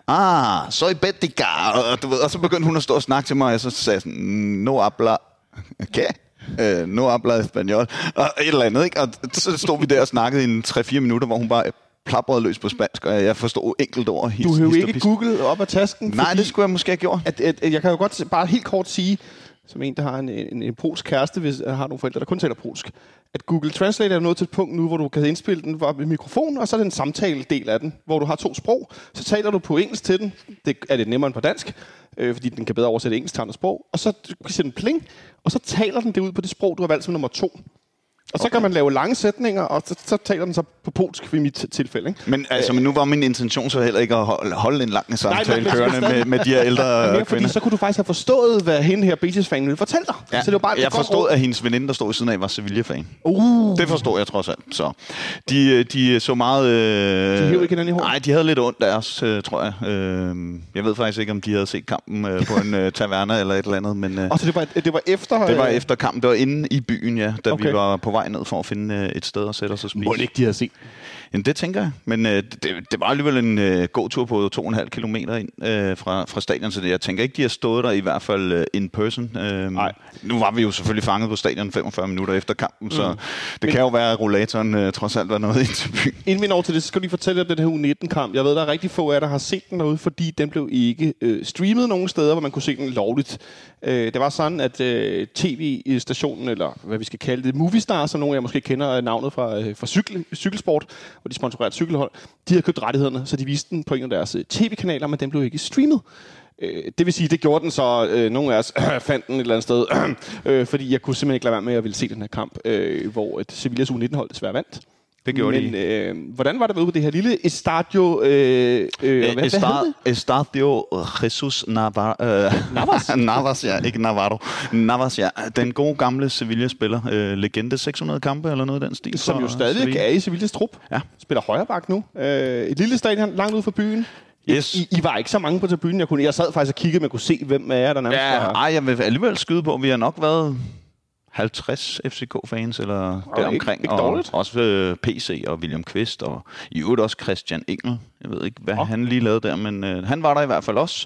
Ah, soy betica. Og, du ved, og så begyndte hun at stå og snakke til mig, og jeg så sagde sådan, no habla. Okay? Øh, no habla español. Og et eller andet, ikke? Og så stod vi der og snakkede i en tre fire minutter, hvor hun bare plaprede løs på spansk, og jeg forstod enkelt ord. Du har jo ikke googlet op af tasken. Nej, det skulle jeg måske have gjort. At, at, at jeg kan jo godt bare helt kort sige, som en, der har en, en, en polsk kæreste, hvis jeg har nogle forældre, der kun taler polsk, at Google Translate er nået til et punkt nu, hvor du kan indspille den med mikrofon, og så er det en samtale-del af den, hvor du har to sprog. Så taler du på engelsk til den. Det er det nemmere end på dansk, øh, fordi den kan bedre oversætte engelsk til andre sprog. Og så kan du sætte en pling, og så taler den det ud på det sprog, du har valgt som nummer to. Og så okay. kan man lave lange sætninger, og så, så taler den så på polsk i mit tilfælde. Ikke? Men, altså, men nu var min intention så heller ikke at holde, holde en lang samtale Nej, kørende med, med de her ældre mere, kvinder. Så kunne du faktisk have forstået, hvad hende her Betis-fan ville fortælle dig. Ja. Så det var bare, jeg forstod, at hendes veninde, der stod ved siden af, var Sevilla-fan. Uh. Det forstod jeg trods alt. Så de, de så meget... Øh, de hævde ikke hinanden i hånden? Nej, de havde lidt ondt deres, øh, tror jeg. Øh, jeg ved faktisk ikke, om de havde set kampen øh, på en øh, taverna eller et eller andet. Men, øh, og så det var, det var efter... Det var efter kampen. Det var inde i byen, ja, da okay. vi var på vej ned for at finde et sted at sætte os og spise. Må det ikke, de havde set? Jamen, det tænker jeg. Men øh, det, det var alligevel en øh, god tur på to og en halv kilometer ind øh, fra, fra stadion, så det, jeg tænker ikke, de har stået der i hvert fald øh, in person. Øh, nu var vi jo selvfølgelig fanget på stadion femogfyrre minutter efter kampen, mm. så det Men, kan jo være, at rollatoren øh, trods alt var noget ind til byen. Inden vi når til det, så skal du lige fortælle om den her U nitten-kamp. Jeg ved, der er rigtig få af der har set den derude, fordi den blev ikke øh, streamet nogen steder, hvor man kunne se den lovligt. Øh, det var sådan, at øh, tv-stationen, eller hvad vi skal kalde det, Movistar, som nogle af jer måske kender navnet fra, øh, fra cykel, cykelsport, hvor de sponsorerer et cykelhold, de havde købt rettighederne, så de viste den på en af deres øh, tv-kanaler, men den blev ikke streamet. Øh, det vil sige, det gjorde den så, øh, nogle af os øh, fandt den et eller andet sted, øh, fordi jeg kunne simpelthen ikke lade være med at ville se den her kamp, øh, hvor et Sevillas U nitten-hold desværre vandt. Det gjorde Men, de. Øh, hvordan var det ude på det her lille Estadio... Øh, øh, hvad, Esta- Estadio Jesus Navar- øh, Navas? Navas, ja. Ikke Navarro. Navas, ja. Den gode gamle Sevilla-spiller. Øh, legende seks hundrede kampe eller noget af den stil. Som jo stadig er i Sevillas trup. Ja. Spiller højre bak nu. Øh, et lille stadion langt ude fra byen. Yes. I, I var ikke så mange på tribunen. Jeg, kunne, jeg sad faktisk og kiggede, men jeg kunne se, hvem af jer der nærmest ja, var... Ej, jeg vil alligevel skyde på, vi har nok været... halvtreds F C K-fans eller deromkring, ikke, ikke og også øh, P C og William Kvist, og i øvrigt også Christian Engel. Jeg ved ikke, hvad oh. han lige lavede der, men øh, han var der i hvert fald også.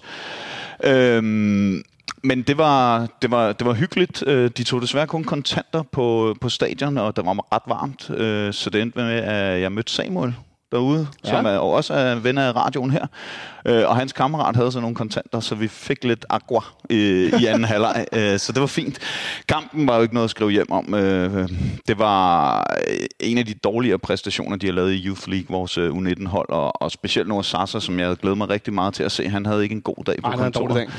Øhm, men det var, det, var, det var hyggeligt. De tog desværre kun kontanter på, på stadion, og der var ret varmt, øh, så det endte med, at jeg mødte Samuel derude, ja. som er, og også er ven af radioen her. Øh, og hans kammerat havde så nogle kontanter, så vi fik lidt aqua øh, i anden halvleg. Øh, så det var fint. Kampen var jo ikke noget at skrive hjem om. Øh, det var en af de dårligere præstationer, de har lavet i Youth League, vores U nitten-hold, og, og specielt Noah Sasa, som jeg havde glædet mig rigtig meget til at se. Han havde ikke en god dag på kontoret.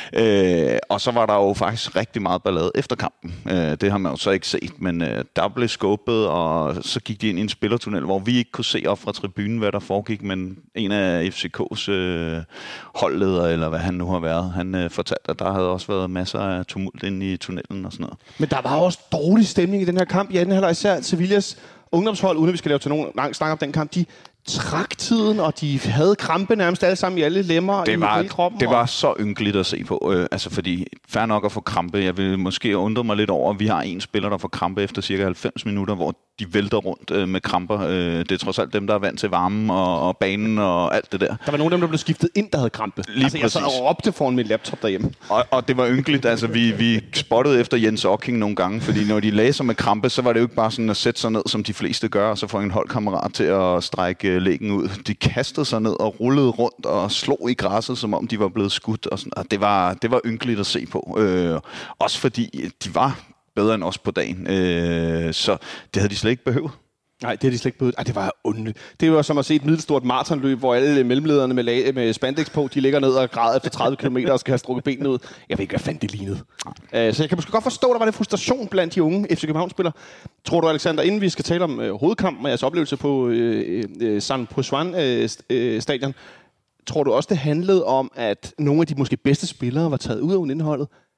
Øh, og så var der jo faktisk rigtig meget ballade efter kampen. Øh, det har man jo så ikke set, men øh, der blev skubbet, og så gik de ind i en spillertunnel, hvor vi ikke kunne se op fra tribunen, hvad der foregik, men en af F C K's øh, holdleder, eller hvad han nu har været, han øh, fortalte, at der havde også været masser af tumult inde i tunnelen og sådan noget. Men der var også dårlig stemning i den her kamp. I anden halvleg især Sevillas ungdomshold, uden at vi skal lave til nogen lang snak om den kamp, de trak tiden, og de havde krampe nærmest alle sammen i alle lemmer det i var, hele kroppen. Det var så ynkeligt at se på. Øh, altså fordi, fair nok at få krampe. Jeg vil måske undre mig lidt over, at vi har en spiller, der får krampe efter cirka halvfems minutter, hvor de vælter rundt øh, med kramper. Øh, det er trods alt dem, der er vant til varmen og, og banen og alt det der. Der var nogle af dem, der blev skiftet ind, der havde krampe. Lige altså, jeg sad og råbte foran min laptop derhjemme. Og, og det var ynkeligt. Altså, vi, vi spottede efter Jens Ocking nogle gange, fordi når de lagde sig med krampe, så var det jo ikke bare sådan at sætte sig ned, som de fleste gør, og så få en holdkammerat til at strække læggen ud. De kastede sig ned og rullede rundt og slog i græsset, som om de var blevet skudt. Og sådan. Og det var, det var ynkeligt at se på. Øh, også fordi de var bedre end os på dagen. Øh, så det havde de slet ikke behøvet. Nej, det har de slet ikke behøvet. Ej, det var ondt. Det var som at se et middelstort maratonløb, hvor alle mellemlederne med, lag, med spandex på, de ligger ned og græder efter tredive kilometer og skal have strukket benene ud. Jeg ved ikke, hvad fanden det lignede. Uh, så jeg kan måske godt forstå, at der var lidt frustration blandt de unge F C København-spillere. Tror du, Alexander, inden vi skal tale om uh, hovedkampen og jeres oplevelse på uh, uh, San Pizjuan-stadion, uh, tror du også, det handlede om, at nogle af de måske bedste spillere var taget ud af U nitten-holdet?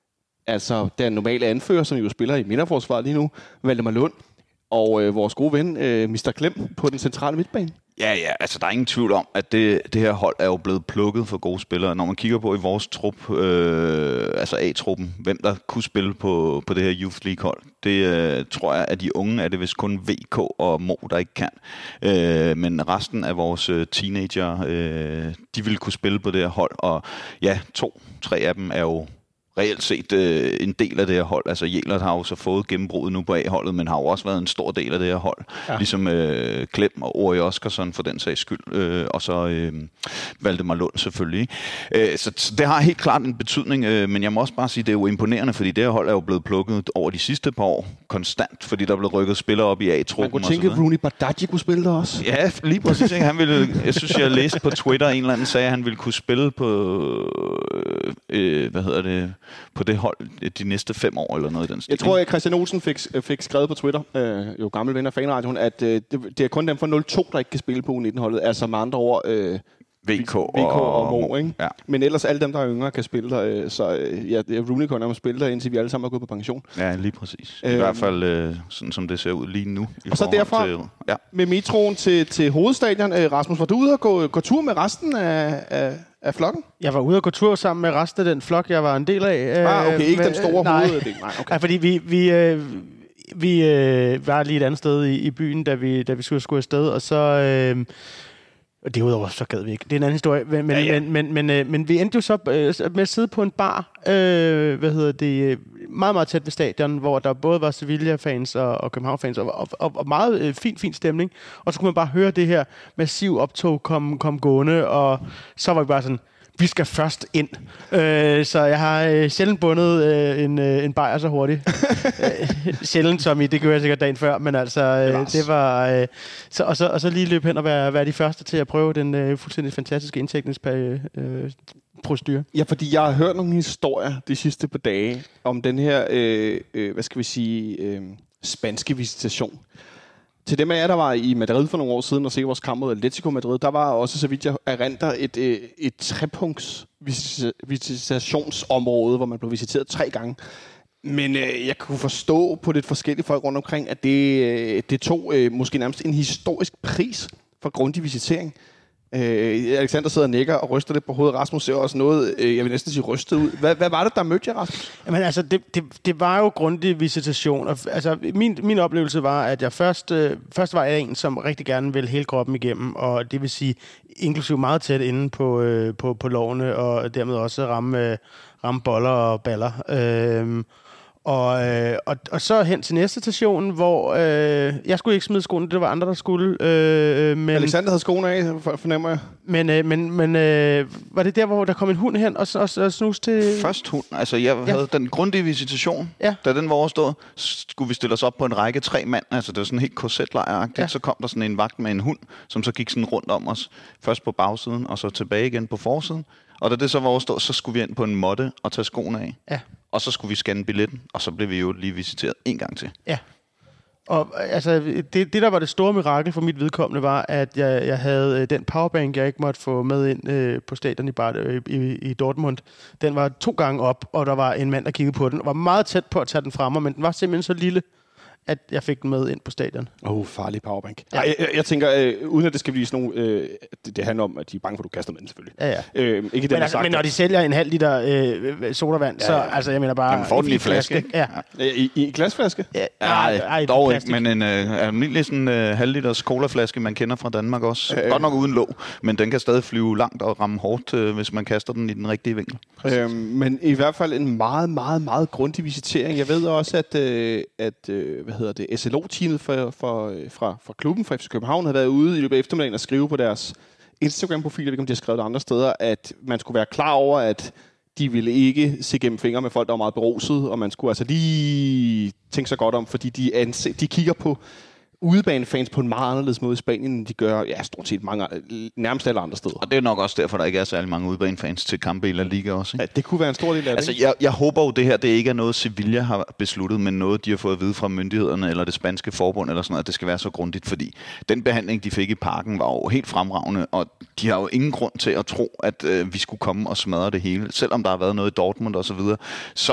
Altså, den normale anfører, som jo spiller i midterforsvaret lige nu, Valdemar Lund, og øh, vores gode ven, øh, mister Klem, på den centrale midtbane. Ja, ja, altså der er ingen tvivl om, at det, det her hold er jo blevet plukket for gode spillere. Når man kigger på i vores trup, øh, altså A-truppen, hvem der kunne spille på, på det her Youth League-hold, det øh, tror jeg, at de unge er det vist kun V K og Mo, der ikke kan. Øh, men resten af vores øh, teenager, øh, de vil kunne spille på det her hold, og ja, to, tre af dem er jo reelt set øh, en del af det her hold. Altså Jelert har jo så fået gennembruddet nu på A-holdet, men har jo også været en stor del af det her hold. Ja. Ligesom øh, Klem og Ori Oskarsson for den sags skyld, øh, og så øh, Valdemar Lund selvfølgelig. Øh, så, så det har helt klart en betydning, øh, men jeg må også bare sige, det er jo imponerende, fordi det her hold er jo blevet plukket over de sidste par år konstant, fordi der er blevet rykket spillere op i A-truppen. Man kunne tænke, at Rooney Badaji kunne spille der også. Ja, lige præcis. Han ville, jeg synes, jeg læste på Twitter, en eller anden sagde, at han ville kunne spille på, øh, hvad hedder det, på det hold de næste fem år eller noget i den stil. Jeg tror, at Christian Olsen fik, fik skrevet på Twitter, øh, jo gammel ven af fanradioen, at øh, det, det er kun dem fra nul to, der ikke kan spille på U nitten-holdet. Altså med andre ord øh, V K og, V K og Mo, ikke? Ja. Men ellers alle dem, der er yngre, kan spille der. Øh, så øh, ja, Rooney kan nærmest spille der, indtil vi alle sammen er gået på pension. Ja, lige præcis. I Øh, hvert fald øh, sådan, som det ser ud lige nu. Og så derfra til, ja. med metroen til, til hovedstadion. Øh, Rasmus, var du ude og gå, gå tur med resten af, af, af flokken? Jeg var ude og gå tur sammen med resten af den flok, jeg var en del af. Ah, okay, ikke men, den store nej. hoveddel. Nej, okay. Nej, fordi vi, vi, øh, vi øh, var lige et andet sted i, i byen, da vi, da vi skulle, skulle afsted, og så... Øh, og derudover så gad vi ikke. Det er en anden historie. Men, ja, ja. men, men, men, men, men vi endte jo så øh, med at sidde på en bar, øh, hvad hedder det, meget, meget tæt ved stadion, hvor der både var Sevilla-fans og, og København-fans, og, og, og, og meget øh, fin, fin stemning. Og så kunne man bare høre det her massiv optog komme kom gående, og så var vi bare sådan, vi skal først ind. Øh, så jeg har øh, sjældent bundet øh, en, øh, en bajer så hurtigt. øh, sjældent som i, det gjorde jeg sikkert dagen før, men altså, øh, det var... Øh, så, og, så, og så lige løb hen og være, være de første til at prøve den øh, fuldstændig fantastiske indtægningsprocedure. Øh, Ja, fordi jeg har hørt nogle historier de sidste par dage om den her, øh, øh, hvad skal vi sige, øh, spanske visitation. Til dem af jer, der var i Madrid for nogle år siden og se vores kamp mod Atletico Madrid, der var også, så vidt jeg erindrer, et, et, et trepunkts visitationsområde, hvor man blev visiteret tre gange. Men øh, jeg kunne forstå på lidt forskellige folk rundt omkring, at det, øh, det tog øh, måske nærmest en historisk pris for grundig visitering. Øh, Alexander sidder og nikker og ryster lidt på hovedet. Rasmus ser også noget, øh, jeg vil næsten sige, rystet ud. Hvad, hvad var det, der mødte jer, Rasmus? Jamen altså, det, det, det var jo grundig visitation. Og, altså, min, min oplevelse var, at jeg først, øh, først var jeg en, som rigtig gerne ville hele kroppen igennem, og det vil sige, inklusive meget tæt inde på, øh, på, på lovene, og dermed også ramme, øh, ramme boller og baller. Øh, Og, øh, og, og så hen til næste station, hvor øh, jeg skulle ikke smide skoene, det var andre, der skulle. Øh, men, Alexander havde skoene af, fornemmer jeg. Men, øh, men, men øh, var det der, hvor der kom en hund hen og, og, og snus til... Først hund. Altså, jeg havde ja. den grundige visitation. Ja. Da den var overstået, skulle vi stille os op på en række tre mand. Altså, det var sådan helt korsetlejragtigt. Ja. Så kom der sådan en vagt med en hund, som så gik sådan rundt om os. Først på bagsiden, og så tilbage igen på forsiden. Og da det så var overstået, så skulle vi ind på en måtte og tage skoene af. Ja. Og så skulle vi scanne billetten, og så blev vi jo lige visiteret en gang til. Ja. Og altså, det, det der var det store mirakel for mit vedkommende, var, at jeg, jeg havde den powerbank, jeg ikke måtte få med ind øh, på stadion i, Bar- i, i Dortmund. Den var to gange op, og der var en mand, der kiggede på den. Og var meget tæt på at tage den fra mig, men den var simpelthen så lille, at jeg fik den med ind på stadion. Åh, oh, farlig powerbank. Ja. Ej, jeg, jeg tænker, øh, uden at det skal blive sådan nogle... Øh, det, det handler om, at de er bange for, at du kaster med den, selvfølgelig. Ja, ja. Øh, ikke Men, altså, men når de sælger en halv liter øh, sodavand, ja, ja. så altså, jeg mener bare... Jamen, får den i flaske, ikke? Ja. Ja. I, I glasflaske? Ja, Nej, ej, dog plastik. ikke, men en øh, almindelig sådan øh, halvliters colaflaske, man kender fra Danmark også. Øh. Godt nok uden låg, men den kan stadig flyve langt og ramme hårdt, øh, hvis man kaster den i den rigtige vinkel. Øhm, men i hvert fald en meget, meget, meget grundig visitering. Jeg ved også, at, øh, at øh, hvad hedder det, S L O-teamet for, for, fra, fra klubben, fra F C København, havde været ude i løbet af eftermiddagen og skrive på deres Instagram-profil, jeg ved ikke, om de har skrevet det andre steder, at man skulle være klar over, at de ville ikke se gennem fingre med folk, der var meget beruset, og man skulle altså lige tænke sig godt om, fordi de, anse- de kigger på udebanefans på en meget anderledes måde i Spanien, end de gør, ja, stort set mange, nærmest alle andre steder. Og det er nok også derfor, der ikke er særlig mange udebanefans til kampe i La Liga også. Ikke? Ja, det kunne være en stor del af det. Altså, jeg, jeg håber jo, det her det ikke er noget, Sevilla har besluttet, men noget, de har fået at vide fra myndighederne eller det spanske forbund, eller sådan noget, at det skal være så grundigt, fordi den behandling, de fik i parken, var jo helt fremragende, og de har jo ingen grund til at tro, at øh, vi skulle komme og smadre det hele, selvom der har været noget i Dortmund og så videre. Så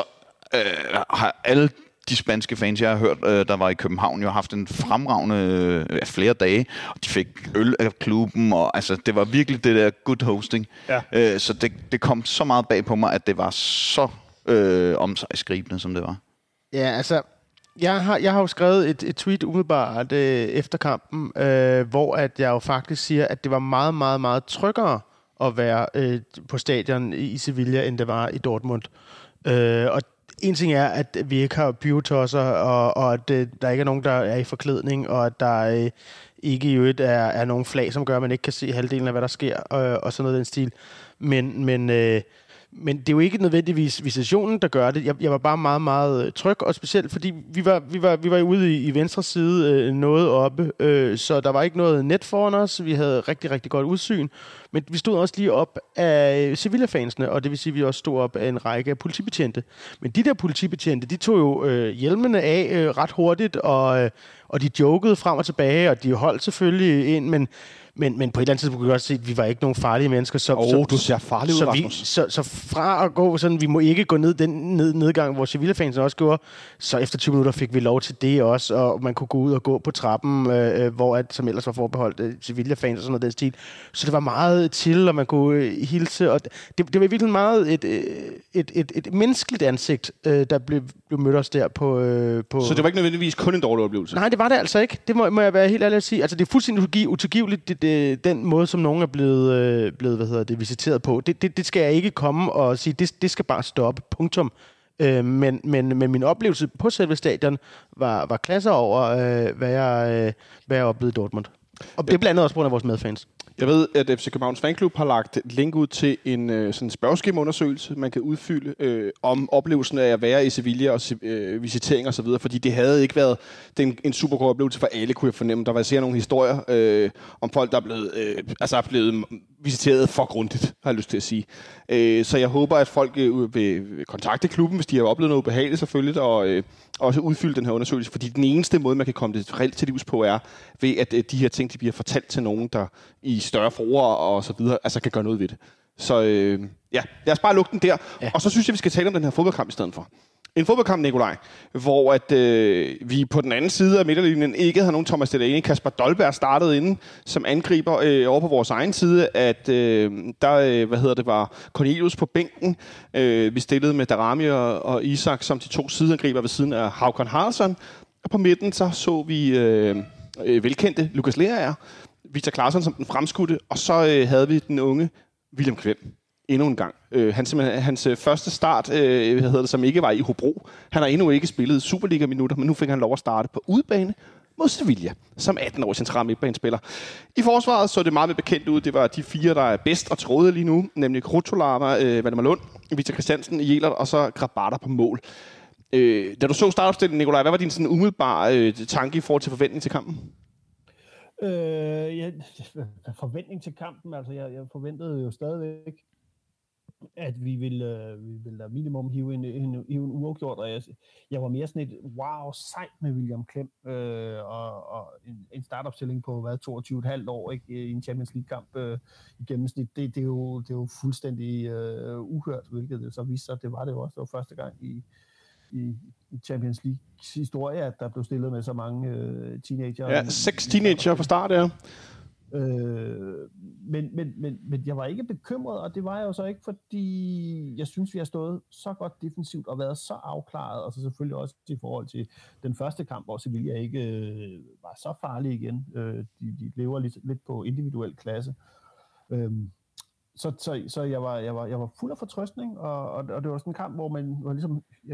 øh, har alle de spanske fans, jeg har hørt, øh, der var i København, jo har haft en fremragende øh, flere dage, og de fik øl af klubben, og altså, det var virkelig det der good hosting. Ja. Øh, så det, det kom så meget bag på mig, at det var så øh, omsejsgribende, som det var. Ja, altså, jeg har, jeg har jo skrevet et, et tweet umiddelbart øh, efter kampen, øh, hvor at jeg jo faktisk siger, at det var meget, meget, meget tryggere at være øh, på stadion i Sevilla, end det var i Dortmund. Øh, og en ting er, at vi ikke har byrotosser, og, og at øh, der ikke er nogen, der er i forklædning, og at der øh, ikke i øvrigt er, er nogen flag, som gør, at man ikke kan se halvdelen af, hvad der sker, og, og sådan noget den stil. Men, men, øh, men det er jo ikke nødvendigvis visitationen, der gør det. Jeg, jeg var bare meget, meget tryg, og specielt fordi vi var, vi var, vi var ude i, i venstre side øh, noget oppe, øh, så der var ikke noget net foran os. Vi havde rigtig, rigtig godt udsyn. Men vi stod også lige op af Sevilla-fansene, og det vil sige, at vi også stod op af en række af politibetjente. Men de der politibetjente, de tog jo øh, hjelmene af øh, ret hurtigt, og, øh, og de jokede frem og tilbage, og de holdt selvfølgelig ind, men Men, men på et eller andet tidspunkt kunne vi godt se, at vi var ikke nogen farlige mennesker. Så, oh, så, du ser farlig ud, så, Rasmus. vi, så, så fra at gå sådan, vi må ikke gå ned den ned, nedgang, hvor Sevilla-fansene også gjorde, så efter tyve minutter fik vi lov til det også, og man kunne gå ud og gå på trappen, øh, hvor at, som ellers var forbeholdt øh, Sevilla-fans og sådan noget den stil. Så det var meget til, og man kunne øh, hilse, og det, det var virkelig meget et, et, et, et, et menneskeligt ansigt, øh, der blev, blev mødt os der på, øh, på... Så det var ikke nødvendigvis kun en dårlig oplevelse? Nej, det var det altså ikke. Det må, må jeg være helt ærlig at sige. Altså, det er fuldstændig utilgiveligt, det, det, den måde, som nogen er blevet, øh, blevet hvad hedder det, visiteret på. Det, det, det skal jeg ikke komme og sige, det, det skal bare stoppe. Punktum. Øh, men, men, men min oplevelse på selve stadion var, var klasser over, øh, hvad, jeg, øh, hvad jeg oplevede i Dortmund. Og det er blandt andet også på grund af vores medfans. Jeg ved, at F C Københavns Fanklub har lagt et link ud til en øh, sådan spørgeskemaundersøgelse, man kan udfylde øh, om oplevelsen af at være i Sevilla og øh, visitering og så videre, fordi det havde ikke været den, en super god oplevelse for alle, kunne jeg fornemme. Der var sikkert nogle historier øh, om folk, der er blevet, øh, altså er blevet visiteret for grundigt, har jeg lyst til at sige. Øh, så jeg håber, at folk øh, vil kontakte klubben, hvis de har oplevet noget ubehageligt selvfølgelig, og øh, også udfylde den her undersøgelse, fordi den eneste måde, man kan komme det reelt til livs på, er ved, at øh, de her ting, de bliver fortalt til nogen, der i større forår og så videre, altså kan gøre noget ved det. Så øh, ja, lad os bare lukke den der. Ja. Og så synes jeg, vi skal tale om den her fodboldkamp i stedet for. En fodboldkamp, Nikolaj, hvor at, øh, vi på den anden side af midterlinjen ikke havde nogen Thomas Delaney. Kasper Dolberg startede inden som angriber øh, over på vores egen side, at øh, der øh, hvad hedder det, var Cornelius på bænken. Øh, vi stillede med Darami og, og Isak som de to sideangriber ved siden af Håkon Haraldsson. Og på midten så så vi øh, øh, velkendte Lukas Lerager, Victor Claesson som den fremskudte, og så øh, havde vi den unge William Kvem endnu en gang. Øh, han, hans øh, første start, øh, hvad hedder det, som ikke var i Hobro. Han har endnu ikke spillet Superliga-minutter, men nu fik han lov at starte på udebane mod Sevilla, som atten-årig central midtbanespiller. I forsvaret så det meget mere bekendt ud. Det var de fire, der er bedst og tråde lige nu, nemlig Krutolama, øh, Valdemar Lund, Victor Christiansen, Jelert og så Grabata på mål. Øh, da du så startopstillingen, Nikolaj, hvad var din sådan umiddelbare øh, tanke i forhold til forventning til kampen? Øh, ja, forventning til kampen, altså jeg, jeg forventede jo stadigvæk, at vi ville, øh, vi ville minimum hive en, en, hive en uafgjort, og jeg, jeg var mere sådan et wow, sejt med William Klem, øh, og, og en, en startopstilling på hvad, toogtyve komma fem år, ikke, i en Champions League-kamp øh, i gennemsnit. Det, det, er jo, det er jo fuldstændig øh, uhørt, hvilket det så viste sig, det var det jo også. Det var første gang i, i, i Champions Leagues historie, at der blev stillet med så mange øh, teenager. Ja, seks teenager på start, ja. Øh, men, men, men, men jeg var ikke bekymret, og det var jeg jo så ikke, fordi jeg synes, vi har stået så godt defensivt og været så afklaret, og så selvfølgelig også i forhold til den første kamp, hvor Sevilla ikke øh, var så farlig igen. Øh, de, de lever lidt, lidt på individuel klasse. Øh, så så, så jeg, var, jeg, var, jeg var fuld af fortrøstning, og, og, og det var sådan en kamp, hvor man var ligesom, jeg,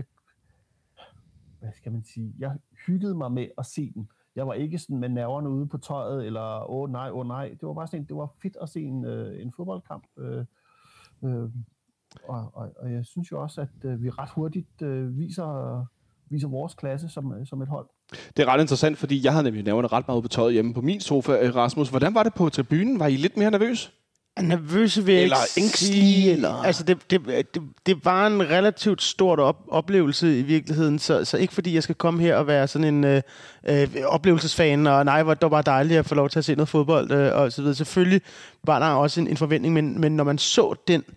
hvad skal man sige, jeg hyggede mig med at se den. Jeg var ikke sådan med nerverne ude på tøjet, eller åh nej, åh nej. Det var bare sådan, det var fedt at se en, øh, en fodboldkamp. Øh, øh, og, og, og jeg synes jo også, at øh, vi ret hurtigt øh, viser, viser vores klasse som, øh, som et hold. Det er ret interessant, fordi jeg havde nemlig nerverne ret meget ude på tøjet hjemme på min sofa. Rasmus, hvordan var det på tribunen? Var I lidt mere nervøs? Nervøse vil jeg eller ængstlige, eller? Altså, det, det, det, det var en relativt stort op, oplevelse i virkeligheden, så, så ikke fordi jeg skal komme her og være sådan en øh, øh, oplevelsesfan, og nej, hvor det var bare dejligt at få lov til at se noget fodbold, øh, og så videre. Selvfølgelig var der også en, en forventning, men, men når man så den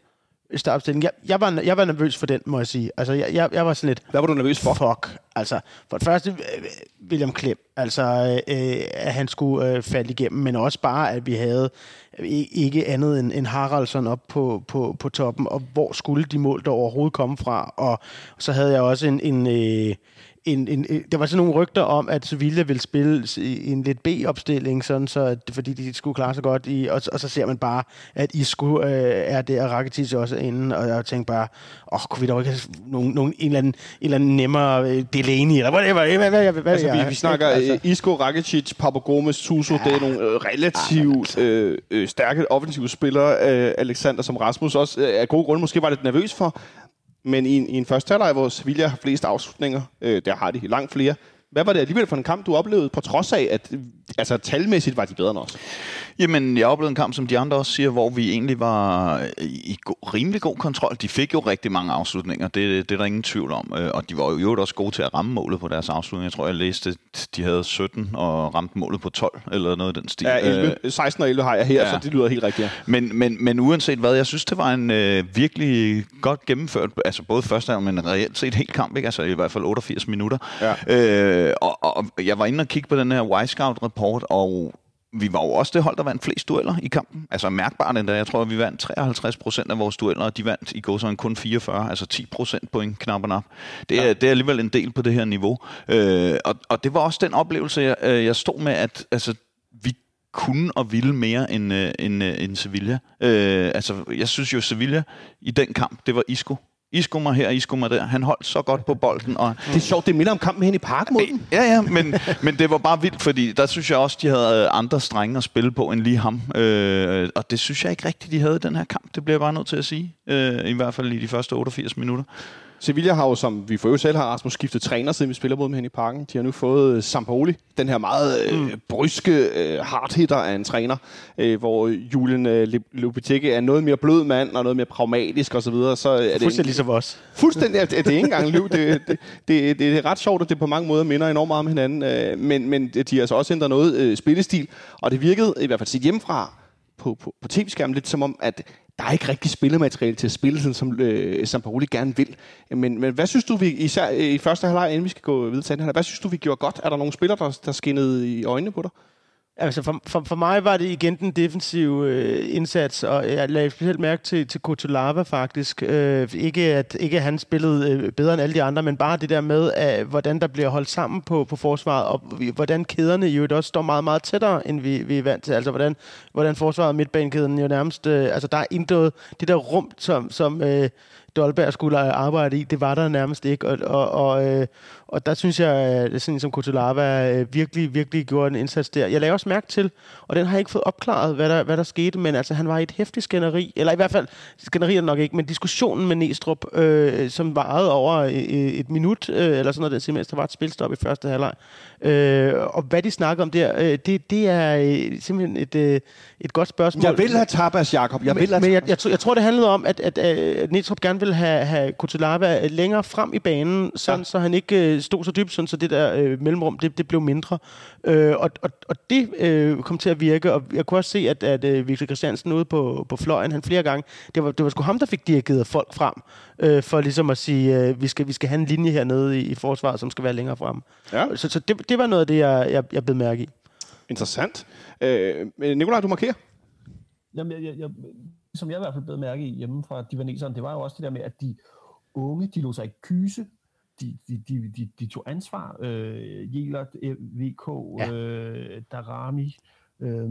startopstilling. Jeg, jeg, var, jeg var nervøs for den, må jeg sige. Altså, jeg, jeg, jeg var sådan lidt... Hvad var du nervøs for? Fuck. Altså, for det første, William Klem. Altså, øh, at han skulle øh, falde igennem, men også bare, at vi havde ikke andet end, end Haraldsson op på, på, på toppen, og hvor skulle de mål der overhovedet komme fra. Og så havde jeg også en... en øh, En, en, der var sådan nogle rygter om, at Sevilla ville spille i en lidt B-opstilling, sådan så, at, fordi de skulle klare sig godt i, og, og så ser man bare, at Isco øh, er der, og Rakitic også inde, og jeg tænkte bare, åh, kunne vi dog ikke have nogen, nogen, en, eller anden, en eller anden nemmere øh, Delaney, eller whatever, hvad, hvad, hvad, hvad altså, jeg, vi, vi snakker altså. Isco, Rakitic, Papu Gomez, Suso, ja, det er nogle øh, relativt øh, øh, stærke offensive spillere, øh, Alexander som Rasmus også øh, af gode grunde måske var lidt nervøs for. Men i en, i en første halvleg, hvor Sevilla har flest afslutninger, øh, der har de langt flere. Hvad var det alligevel for en kamp, du oplevede, på trods af, at altså, talmæssigt var de bedre end os? Jamen, jeg oplevede en kamp, som de andre også siger, hvor vi egentlig var i go- rimelig god kontrol. De fik jo rigtig mange afslutninger, det, det er der ingen tvivl om. Og de var jo også gode til at ramme målet på deres afslutninger. Jeg tror, jeg læste, de havde sytten og ramte målet på tolv, eller noget af den stil. Ja, elleve, seksten og elleve har jeg her, ja. Så det lyder helt rigtigt. Ja. Men, men, men uanset hvad, jeg synes, det var en øh, virkelig godt gennemført, altså både første halvleg, men reelt set helt kamp, ikke? Altså i hvert fald otteogfirs minutter. Ja. Øh, og, og jeg var inde og kigge på den her Y-Scout-rapport, og vi var jo også det hold, der vandt flest dueller i kampen. Altså mærkbart endda. Jeg tror, at vi vandt treoghalvtreds procent af vores dueller, og de vandt i går sådan kun fireogfyrre, altså ti procent point, knap og nap. Det er, ja. det er alligevel en del på det her niveau. Øh, og, og det var også den oplevelse, jeg, jeg stod med, at altså, vi kunne og ville mere end, end, end Sevilla. Øh, altså, jeg synes jo, Sevilla i den kamp, det var Isco. Isco mig her, Isco mig der. Han holdt så godt på bolden. Og det er sjovt, det minder om kampen hen i parken mod dem. Ja, ja, men, men det var bare vildt, fordi der synes jeg også, de havde andre strenge at spille på end lige ham. Øh, og det synes jeg ikke rigtigt, de havde i den her kamp. Det bliver jeg bare nødt til at sige. Øh, I hvert fald i de første otteogfirs minutter. Sevilla har jo, som vi for øvrigt selv har, Rasmus, skiftet træner, siden vi spiller mod dem hen i parken. De har nu fået Sampaoli, den her meget øh, bryske øh, hardhitter af en træner, øh, hvor Julian øh, Lopetegui er noget mere blød mand og noget mere pragmatisk osv. Så, så er det fuldstændig ligesom os. Fuldstændig. Det, det er ikke engang liv. Det, det, det, det er ret sjovt, at det på mange måder minder enormt meget om hinanden. Øh, men, men de har altså også ændret noget øh, spillestil, og det virkede i hvert fald set hjemmefra på, på, på tv-skærmen lidt som om, at der er ikke rigtig spillemateriale til at spille, sådan som øh, Sampaoli gerne vil. Men, men hvad synes du, vi især i første halvleg, inden vi skal gå videre til anden halvleg, hvad synes du, vi gjorde godt? Er der nogle spillere, der, der skinnede i øjnene på dig? Altså for, for, for mig var det igen den defensive øh, indsats, og jeg lagde specielt mærke til, til Kutulava faktisk. Øh, ikke, at, ikke at han spillede øh, bedre end alle de andre, men bare det der med, at, hvordan der bliver holdt sammen på, på forsvaret, og hvordan kæderne jo også står meget, meget tættere, end vi, vi er vant til. Altså hvordan, hvordan forsvaret og midtbanekæden jo nærmest... Øh, altså der er indgået det der rum, som... som øh, Dolberg skulle arbejde i, det var der nærmest ikke, og, og, og, øh, og der synes jeg, at sådan som Kutulava øh, virkelig, virkelig gjorde en indsats der. Jeg lagde også mærke til, og den har jeg ikke fået opklaret, hvad der, hvad der skete, men altså han var i et hæftigt skænderi, eller i hvert fald, skænderi er nok ikke, men diskussionen med Næstrup, øh, som varede over et, et minut, øh, eller sådan noget, den der var et spilstop i første halvleg. Øh, og hvad de snakker om der, øh, det, det er øh, simpelthen et, øh, et godt spørgsmål. Jeg vil have tapas, Jakob. Jeg men, vil have men jeg, jeg, jeg tror, det handlede om, at, at, at Næstrup gerne ville have, have Kutulava længere frem i banen, sådan, ja. Så han ikke øh, stod så dybt, sådan, så det der øh, mellemrum, det, det blev mindre. Øh, og, og, og det øh, kom til at virke, og jeg kunne også se, at, at øh, Victor Christiansen ude på, på fløjen, han flere gange, det var, det var sgu ham, der fik dirigeret folk frem, øh, for ligesom at sige, øh, vi, skal, vi skal have en linje hernede i, i forsvaret, som skal være længere frem. Ja. Så, så det, det var noget af det, jeg, jeg, jeg blev mærke i. Interessant. Øh, Nikolaj, du markerer? Jamen, jeg, jeg, jeg, som jeg i hvert fald blev mærke i hjemme fra divaneseren, det var jo også det der med, at de unge, de lå sig ikke kyse, de, de, de, de, de tog ansvar. Øh, Jelert, V K, ja. øh, Darami. Øh,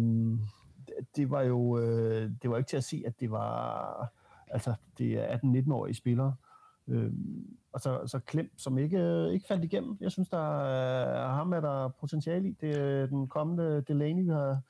det var jo øh, det var ikke til at se, at det var altså det er atten-nitten-årige spillere. Øh, og så, så Klem, som ikke, ikke faldt igennem. Jeg synes, der er ham er der potentiale i. Det er den kommende Delaney, vi har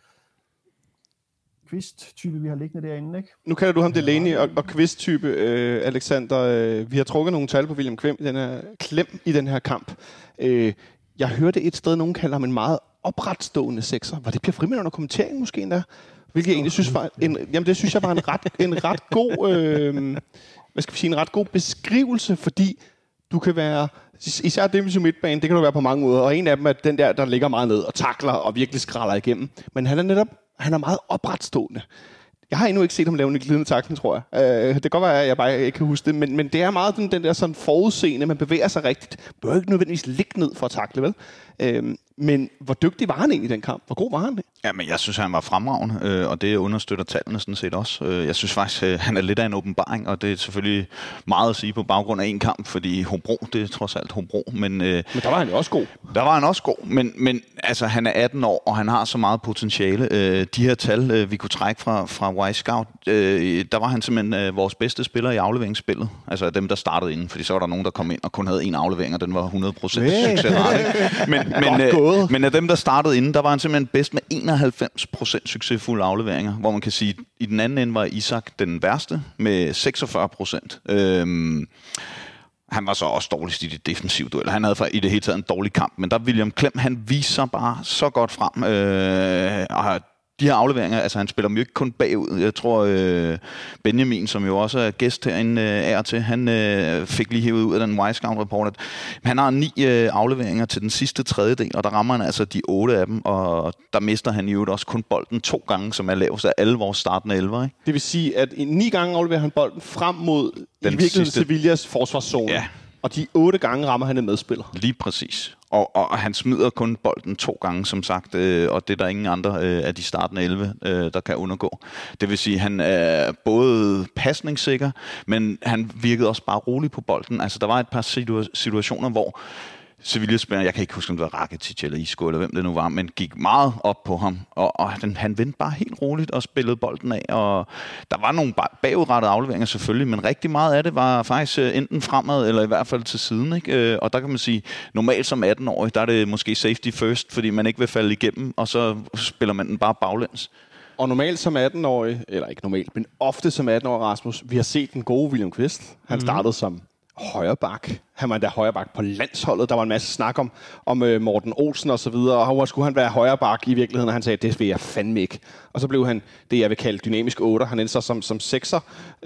Kvist-type, vi har liggende derinde, ikke? Nu kalder du ham Delaney og, og Kvist-type, øh, Alexander. Øh, vi har trukket nogle tal på William Klem i den her, Klem i den her kamp. Øh, jeg hørte et sted, nogen kalder ham en meget opretstående sekser. Var det Per Frimand under kommenteringen måske endda? Hvilket jeg egentlig synes var en, jamen det synes jeg var en ret, en ret god, øh, hvad skal vi sige, en ret god beskrivelse, fordi du kan være, især defensiv midtbane, det kan du være på mange måder, og en af dem er den der, der ligger meget ned og takler og virkelig skralder igennem. Men han er netop, han er meget opretstående. Jeg har endnu ikke set ham lave en glidende tackling, tror jeg. Øh, det kan godt være, at jeg bare ikke kan huske det, men, men det er meget den, den der sådan forudseende, man bevæger sig rigtigt. Man bør ikke nødvendigvis ligge ned for at tackle, vel? Øh, men hvor dygtig var han egentlig i den kamp? Hvor god var han det? Ja, men jeg synes, han var fremragende, øh, og det understøtter tallene sådan set også. Øh, jeg synes faktisk, øh, han er lidt af en åbenbaring, og det er selvfølgelig meget at sige på baggrund af en kamp, fordi Hobro, det er trods alt Hobro. Men, øh, men der var han jo også god. Der var han også god, men, men altså, han er atten år, og han har så meget potentiale. Øh, de her tal, øh, vi kunne trække fra, fra Y-Scout, øh, der var han simpelthen øh, vores bedste spiller i afleveringsspillet. Altså dem, der startede inden, fordi så var der nogen, der kom ind og kun havde en aflevering, og den var hundrede procent succesrate. Men, men, øh, men af dem, der startede inden, der var han simpelthen bedst med enoghalvfems procent succesfulde afleveringer, hvor man kan sige, at i den anden ende var Isak den værste med seksogfyrre procent. Øhm, han var så også dårligst i de defensive dueller. Han havde for, i det hele taget en dårlig kamp, men der William Klem, han viser sig bare så godt frem. Øh, og de her afleveringer, altså han spiller dem jo ikke kun bagud. Jeg tror, øh, Benjamin, som jo også er gæst herinde øh, er til, han øh, fik lige hævet ud af den Y-Scout-rapport, at han har ni øh, afleveringer til den sidste tredjedel, og der rammer han altså de otte af dem, og der mister han jo også kun bolden to gange, som er lavest af alle vores startende elver. Ikke? Det vil sige, at i ni gange afleverer han bolden frem mod den i virkeligheden sidste... Sevillas forsvarszone. Ja. Og de otte gange rammer han en medspiller. Lige præcis. Og, og han smider kun bolden to gange, som sagt, øh, og det er der ingen andre øh, af de startende elleve, øh, der kan undergå. Det vil sige, at han er både pasningssikker, men han virkede også bare rolig på bolden. Altså, der var et par situa- situationer, hvor Sevilla-spilleren, jeg kan ikke huske, om det var Rakitic eller Isco, eller hvem det nu var, men gik meget op på ham, og, og han, han vendte bare helt roligt og spillede bolden af, og der var nogle bagudrettede afleveringer selvfølgelig, men rigtig meget af det var faktisk enten fremad, eller i hvert fald til siden, ikke? Og der kan man sige, normalt som atten-årig, der er det måske safety first, fordi man ikke vil falde igennem, og så spiller man den bare baglæns. Og normalt som atten-årig, eller ikke normalt, men ofte som atten-årig, Rasmus, vi har set den gode William Kvist. Han mm-hmm. startede som højre bak. Han var endda højre bak på landsholdet. Der var en masse snak om, om uh, Morten Olsen og så videre, og hvor skulle han være højre bak i virkeligheden, og han sagde, det vil jeg fandme ikke. Og så blev han det, jeg vil kalde dynamisk otter. Han endte så som, som sekser.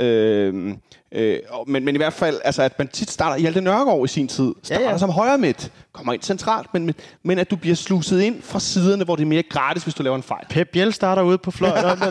Øh, øh, men, men i hvert fald, altså, at man tit starter, Hjalte Nørgaard i sin tid, starter ja, ja. som højre midt, kommer ind centralt, men, men, men at du bliver sluset ind fra siderne, hvor det er mere gratis, hvis du laver en fejl. Pep Biel starter ude på fløjten. Ej,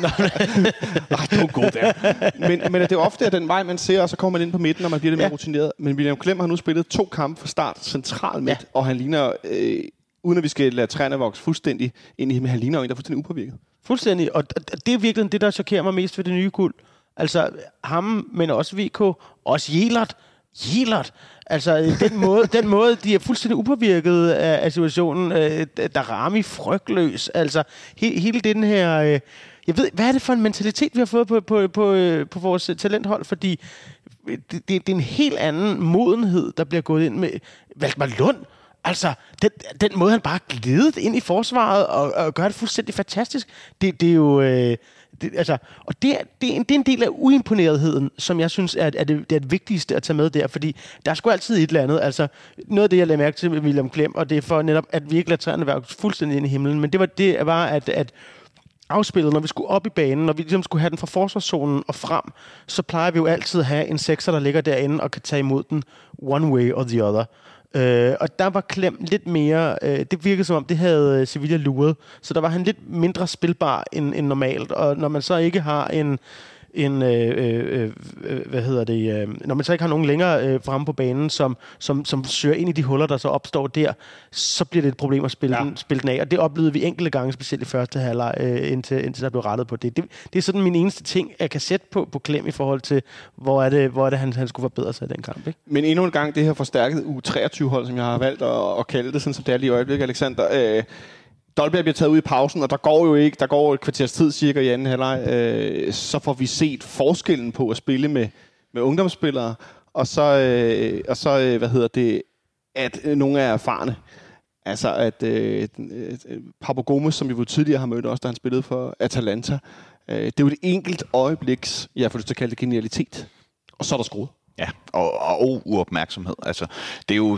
du er god der. Men, men at det er ofte er den vej, man ser, og så kommer man ind på midten, og man bliver lidt mere ja. rutineret. Men William Klem har nu spillet to kampe fra start central midt, ja. og han ligner, øh, uden at vi skal lade træerne vokse fuldstændig ind i ham, han ligner jo en, der er fuldstændig upåvirket. Fuldstændig, og det er virkelig det, der chokerer mig mest ved det nye guld. Altså ham, men også V K, også Jelert. Jelert. Altså den måde, den måde, de er fuldstændig upåvirket af, af situationen. Øh, der Rami frygtløs. Altså he, hele den her... Øh, jeg ved, hvad er det for en mentalitet, vi har fået på, på, på, på vores talenthold? Fordi det, det, det er en helt anden modenhed, der bliver gået ind med. Valdemar Lund, altså den, den måde, han bare glidet ind i forsvaret og, og gør det fuldstændig fantastisk. Det, det er jo... Øh, det, altså, og det er, det, er en, det er en del af uimponeretheden, som jeg synes er, er, det, det er det vigtigste at tage med der, fordi der er sgu altid et eller andet. Altså, noget af det, jeg lagde mærke til med William Klem, og det er for netop, at vi ikke lader træerne være fuldstændig ind i himlen, men det var det, var, at, at afspillet, når vi skulle op i banen, når vi ligesom skulle have den fra forsvarszonen og frem, så plejer vi jo altid at have en sekser, der ligger derinde og kan tage imod den one way or the other. Øh, og der var Klem lidt mere, øh, det virkede som om, det havde Sevilla luret, så der var han lidt mindre spilbar end, end normalt, og når man så ikke har en, en øh, øh, øh, hvad hedder det, øh, når man så ikke har nogen længere øh, fremme på banen, som, som, som søger ind i de huller, der så opstår der, så bliver det et problem at spille, ja. den, spille den af, og det oplevede vi enkelte gange, specielt i første halvleg, øh, indtil, indtil der blev rettet på det. det. Det er sådan min eneste ting, jeg kan sætte på, på Klem i forhold til, hvor er det, hvor er det han, han skulle forbedre sig i den kamp. Ikke? Men endnu en gang, det her forstærket U treogtyve-hold, som jeg har valgt at, at kalde det, sådan som det er lige i øjeblikket, Alexander, øh, Dolberg bliver taget ud i pausen, og der går jo ikke, der går et kvarters tid cirka i anden halvleg, øh, så får vi set forskellen på at spille med, med ungdomsspillere, og så, øh, og så øh, hvad hedder det, at øh, nogle er erfarne. Altså at øh, øh, Papu Gomez, som vi jo tidligere har mødt også, da han spillede for Atalanta, øh, det er jo et enkelt øjebliks, jeg får lyst til at kalde det genialitet, og så er der skruet. Ja, og, og uopmærksomhed. Altså, det er jo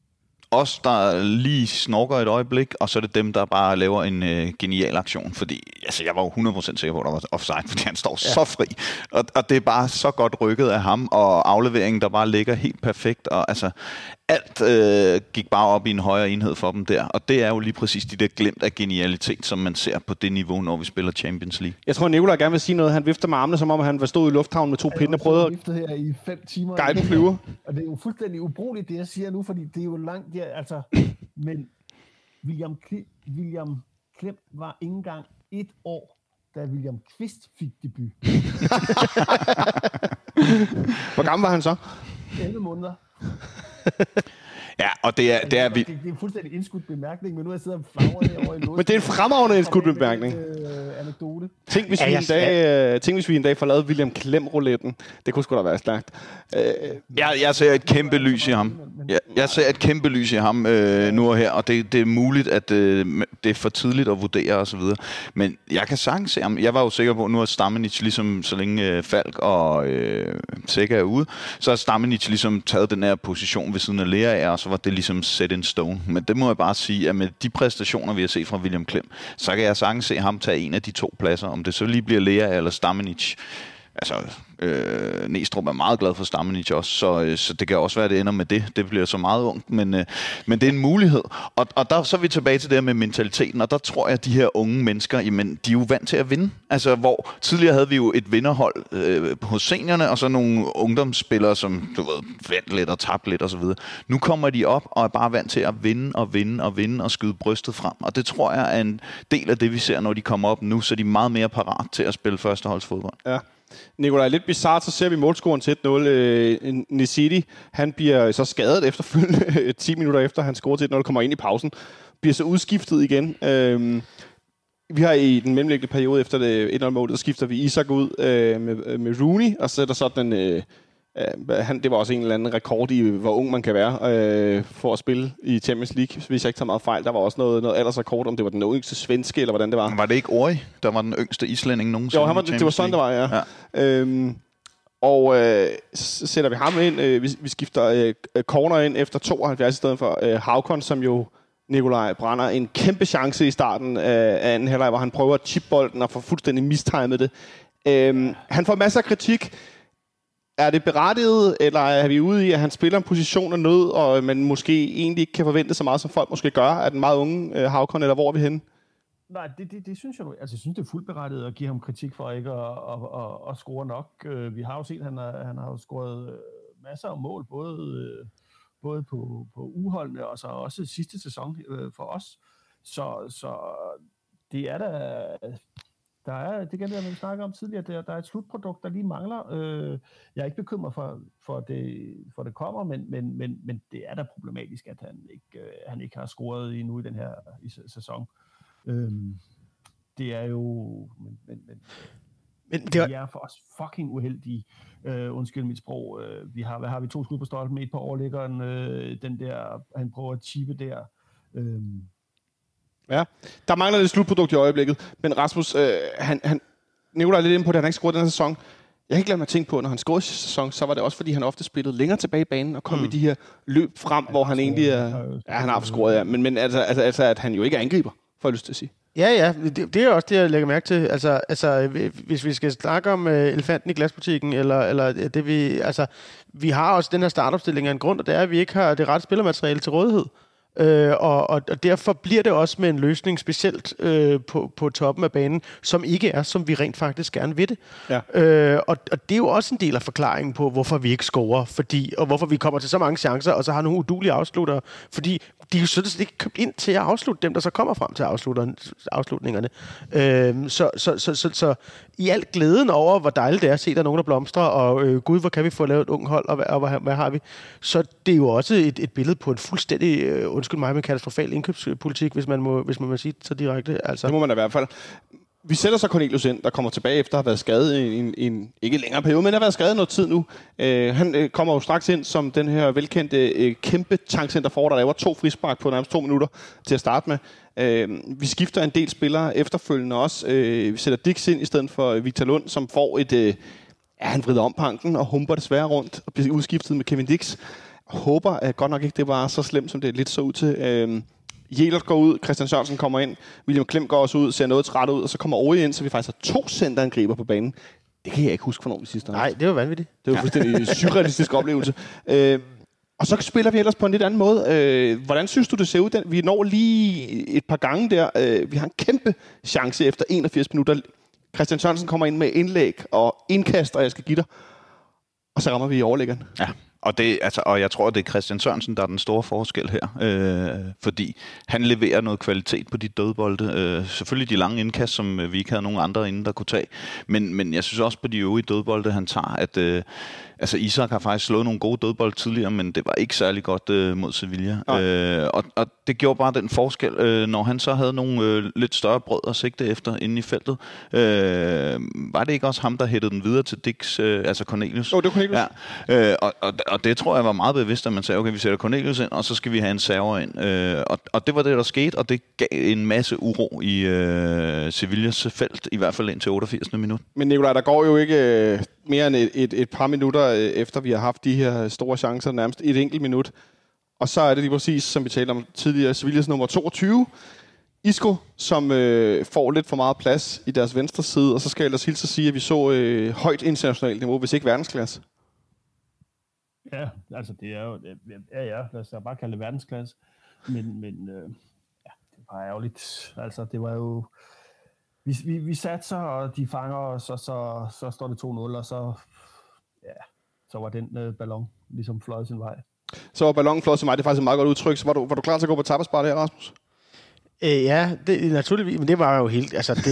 os, der lige snorker et øjeblik, og så er det dem, der bare laver en øh, genial aktion. Fordi altså, jeg var jo hundrede procent sikker på, at der var offside, fordi han står ja. så fri. Og, og det er bare så godt rykket af ham, og afleveringen, der bare ligger helt perfekt. Og altså, alt øh, gik bare op i en højere enhed for dem der. Og det er jo lige præcis de der glemt af genialitet, som man ser på det niveau, når vi spiller Champions League. Jeg tror, Nicolaj gerne vil sige noget. Han vifter med armene, som om han var stået i lufthavnen med to pinde og prøvede at her i fem timer. Guide flyver. Og det er jo fuldstændig ubrugeligt, det jeg siger nu, fordi det er jo langt, ja, altså, men William, Kli- William Klem var ikke engang et år, da William Kvist fik debut. Hvor gammel var han så? elleve måneder. Ja, og det er, det er vi... Det, det er en fuldstændig indskudt bemærkning, men nu er jeg siddet og flagret herovre i låsen. Men det er en fremragende indskudt bemærkning. Øh, anekdote. Tænk hvis, ja, vi en dag, øh, tænk, hvis vi en dag får lavet William Klem-rouletten. Det kunne sgu da være stærkt. Øh, jeg, jeg ser et kæmpe lys i ham. Jeg, jeg ser et kæmpe lys i ham øh, nu og her, og det, det er muligt, at øh, det er for tidligt at vurdere og så videre. Men jeg kan sagtens se ham. Jeg var jo sikker på, at nu er Stamenic ligesom, så længe øh, Falk og øh, Sækker er ude, så har Stamenic ligesom taget den her position ved siden af Lea, og så var det ligesom set in stone. Men det må jeg bare sige, at med de præstationer, vi har set fra William Klem, så kan jeg sagtens se ham tage en af de to pladser. Om det så lige bliver Lea eller Stamenic. Altså, øh, Næstrup er meget glad for Stamenic også, så, øh, så det kan også være, at det ender med det. Det bliver så meget ungt, men, øh, men det er en mulighed. Og, og der så er vi tilbage til det her med mentaliteten, og der tror jeg, at de her unge mennesker, jamen, de er jo vant til at vinde. Altså, hvor tidligere havde vi jo et vinderhold øh, hos seniorerne, og så nogle ungdomsspillere, som, du ved, vandt lidt og tabte lidt og så videre. Nu kommer de op og er bare vant til at vinde og vinde og vinde og skyde brystet frem. Og det tror jeg er en del af det, vi ser, når de kommer op nu, så er de meget mere parat til at spille førsteholdsfodbold. Ja. Nicolaj, lidt bizarrt, så ser vi målscoren til et nul. Øh, Nesiri, han bliver så skadet efterfølgende, ti minutter efter han scorer til et nul, kommer ind i pausen, bliver så udskiftet igen. Øh, vi har i den mellemliggende periode efter det et nul-mål, der skifter vi Isak ud øh, med, med Rooney, og sætter sådan øh, øh, han, det var også en eller anden rekord i, hvor ung man kan være øh, for at spille i Champions League, hvis jeg ikke tager meget fejl. Der var også noget, noget aldersrekord, om det var den yngste svenske, eller hvordan det var. Var det ikke Ori, der var den yngste islænding nogensinde? Jo, han var, det var sådan, det var, ja. ja. Øhm, og øh, så sætter vi ham ind. Øh, vi, vi skifter øh, corner ind efter tooghalvfjerds i stedet for øh, Havkon, som jo Nicolaj brænder en kæmpe chance i starten af anden halvleg, hvor han prøver at chippe bolden og får fuldstændig mistimet det. Øhm, han får masser af kritik. Er det berettiget, eller er vi ude i, at han spiller en position af nød, og man måske egentlig ikke kan forvente så meget, som folk måske gør, at den meget unge øh, Havkon, eller hvor er vi henne? Nej, det, det, det synes jeg nu. Altså, jeg synes, det er fuldt berettiget at give ham kritik for ikke at, at, at, at score nok. Uh, vi har jo set, at han har, han har jo scoret masser af mål, både, uh, både på, på uholdene og så også sidste sæson uh, for os. Så, så det er da... Der er, det kan vi snakke om tidligere, der, der er et slutprodukt, der lige mangler. Uh, jeg er ikke bekymret for, for, det, for det kommer, men, men, men, men det er da problematisk, at han ikke, uh, han ikke har scoret endnu i den her i sæson. Øhm, det er jo men, men, men, men det var... vi er for os fucking uheldige, øh, undskyld mit sprog. øh, vi har, hvad har vi, to skud på stolpen med et par overliggeren, øh, den der, han prøver at chippe der. øhm. Ja, der mangler lidt slutprodukt i øjeblikket, men Rasmus, øh, han, han Nicolaj lidt inde på det, han har ikke scoret den her sæson. Jeg kan ikke lade mig tænke på, når han scorede sidste sæson, så var det også, fordi han ofte spillede længere tilbage i banen og kom mm. i de her løb frem, ja, hvor han egentlig er... Ja, han har scoret, ja. Men, men altså, altså, altså, at han jo ikke er angriber, får jeg lyst til at sige. Ja, ja, det, det er også det, jeg lægger mærke til. Altså, altså hvis vi skal snakke om uh, elefanten i glasbutikken, eller, eller det vi... Altså, vi har også den her startopstilling af en grund, og det er, at vi ikke har det rette spillermateriale til rådighed. Øh, og, og, og derfor bliver det også med en løsning specielt øh, på, på toppen af banen, som ikke er, som vi rent faktisk gerne vil det. Ja. Øh, og, og det er jo også en del af forklaringen på, hvorfor vi ikke scorer, fordi, og hvorfor vi kommer til så mange chancer, og så har nogle uduelige afsluttere, fordi de er jo sådan set ikke købt ind til at afslutte dem, der så kommer frem til afslutningerne. Øh, så, så, så, så, så i alt glæden over, hvor dejligt det er at se, der er nogen, der blomstrer, og øh, gud, hvor kan vi få lavet et ung hold, og hvad, og hvad, hvad har vi? Så det er jo også et, et billede på en fuldstændig... Øh, undskyld mig, med katastrofal indkøbspolitik, hvis man må, hvis man må sige så direkte. Altså. Det må man da i hvert fald. Vi sætter så Cornelius ind, der kommer tilbage efter at have været skadet i en, en ikke længere periode, men har været skadet noget tid nu. Uh, han uh, kommer jo straks ind som den her velkendte uh, kæmpe tankcenter for, der laver to frispark på nærmest to minutter til at starte med. Uh, vi skifter en del spillere efterfølgende også. Uh, vi sætter Dix ind i stedet for Victor Lund, som får et... Uh, ja, han vrider om panken og humper desværre rundt og bliver udskiftet med Kevin Dix. Håber at godt nok ikke, det var så slemt, som det lidt så ud til. Øhm, Jelert går ud, Christian Sørensen kommer ind, William Klem går også ud, ser noget træt ud, og så kommer Ori ind, så vi faktisk har to centerangriber på banen. Det kan jeg ikke huske for nogen sidste år. Nej, det var vanvittigt. Det var fuldstændig en surrealistisk oplevelse. Øhm, Og så spiller vi ellers på en lidt anden måde. Øh, hvordan synes du, det ser ud? Vi når lige et par gange der. Øh, vi har en kæmpe chance efter enogfirs minutter. Christian Sørensen kommer ind med indlæg og indkast, og jeg skal give dig. Og så rammer vi i overlæggeren. Ja. Og, det, altså, og jeg tror, det er Christian Sørensen, der er den store forskel her. Øh, fordi han leverer noget kvalitet på de dødbolde. Øh, selvfølgelig de lange indkast, som vi ikke havde nogen andre inden, der kunne tage. Men, men jeg synes også på de øvrige dødbolde, han tager, at øh, altså Isak har faktisk slået nogle gode dødbolde tidligere, men det var ikke særlig godt øh, mod Sevilla. Øh, og, og det gjorde bare den forskel, øh, når han så havde nogle øh, lidt større brød at sigte efter inde i feltet. Øh, var det ikke også ham, der hættede den videre til Dix, øh, altså Cornelius? Jo, oh, det var Cornelius. Ja. Øh, og, og, og det tror jeg var meget bevidst, at man sagde, okay, vi sætter Cornelius ind, og så skal vi have en server ind. Øh, og, og det var det, der skete, og det gav en masse uro i øh, Sevillas felt, i hvert fald indtil otteogfirsende minut. Men Nikolaj, der går jo ikke øh, mere end et, et, et par minutter, øh, efter vi har haft de her store chancer, nærmest et enkelt minut. Og så er det lige præcis, som vi talte om tidligere, Sevillas nummer toogtyve, Isco, som øh, får lidt for meget plads i deres venstre side, og så skal jeg ellers hilse at sige, at vi så øh, højt internationalt niveau, hvis ikke verdensklasse. Ja, altså det er jo, ja ja, lad os bare kalde det verdensklasse, men, men øh, ja, det var ærgerligt, altså det var jo, vi, vi, vi satser, og de fanger os, og så, så står det to nul, og så, ja, så var den øh, ballon ligesom fløjet sin vej. Så var ballonen flot til mig, det er faktisk et meget godt udtryk, så var du, var du klar til at gå på tapasbar der, Rasmus? Øh, ja, det, naturligvis, men det var jo helt, altså det,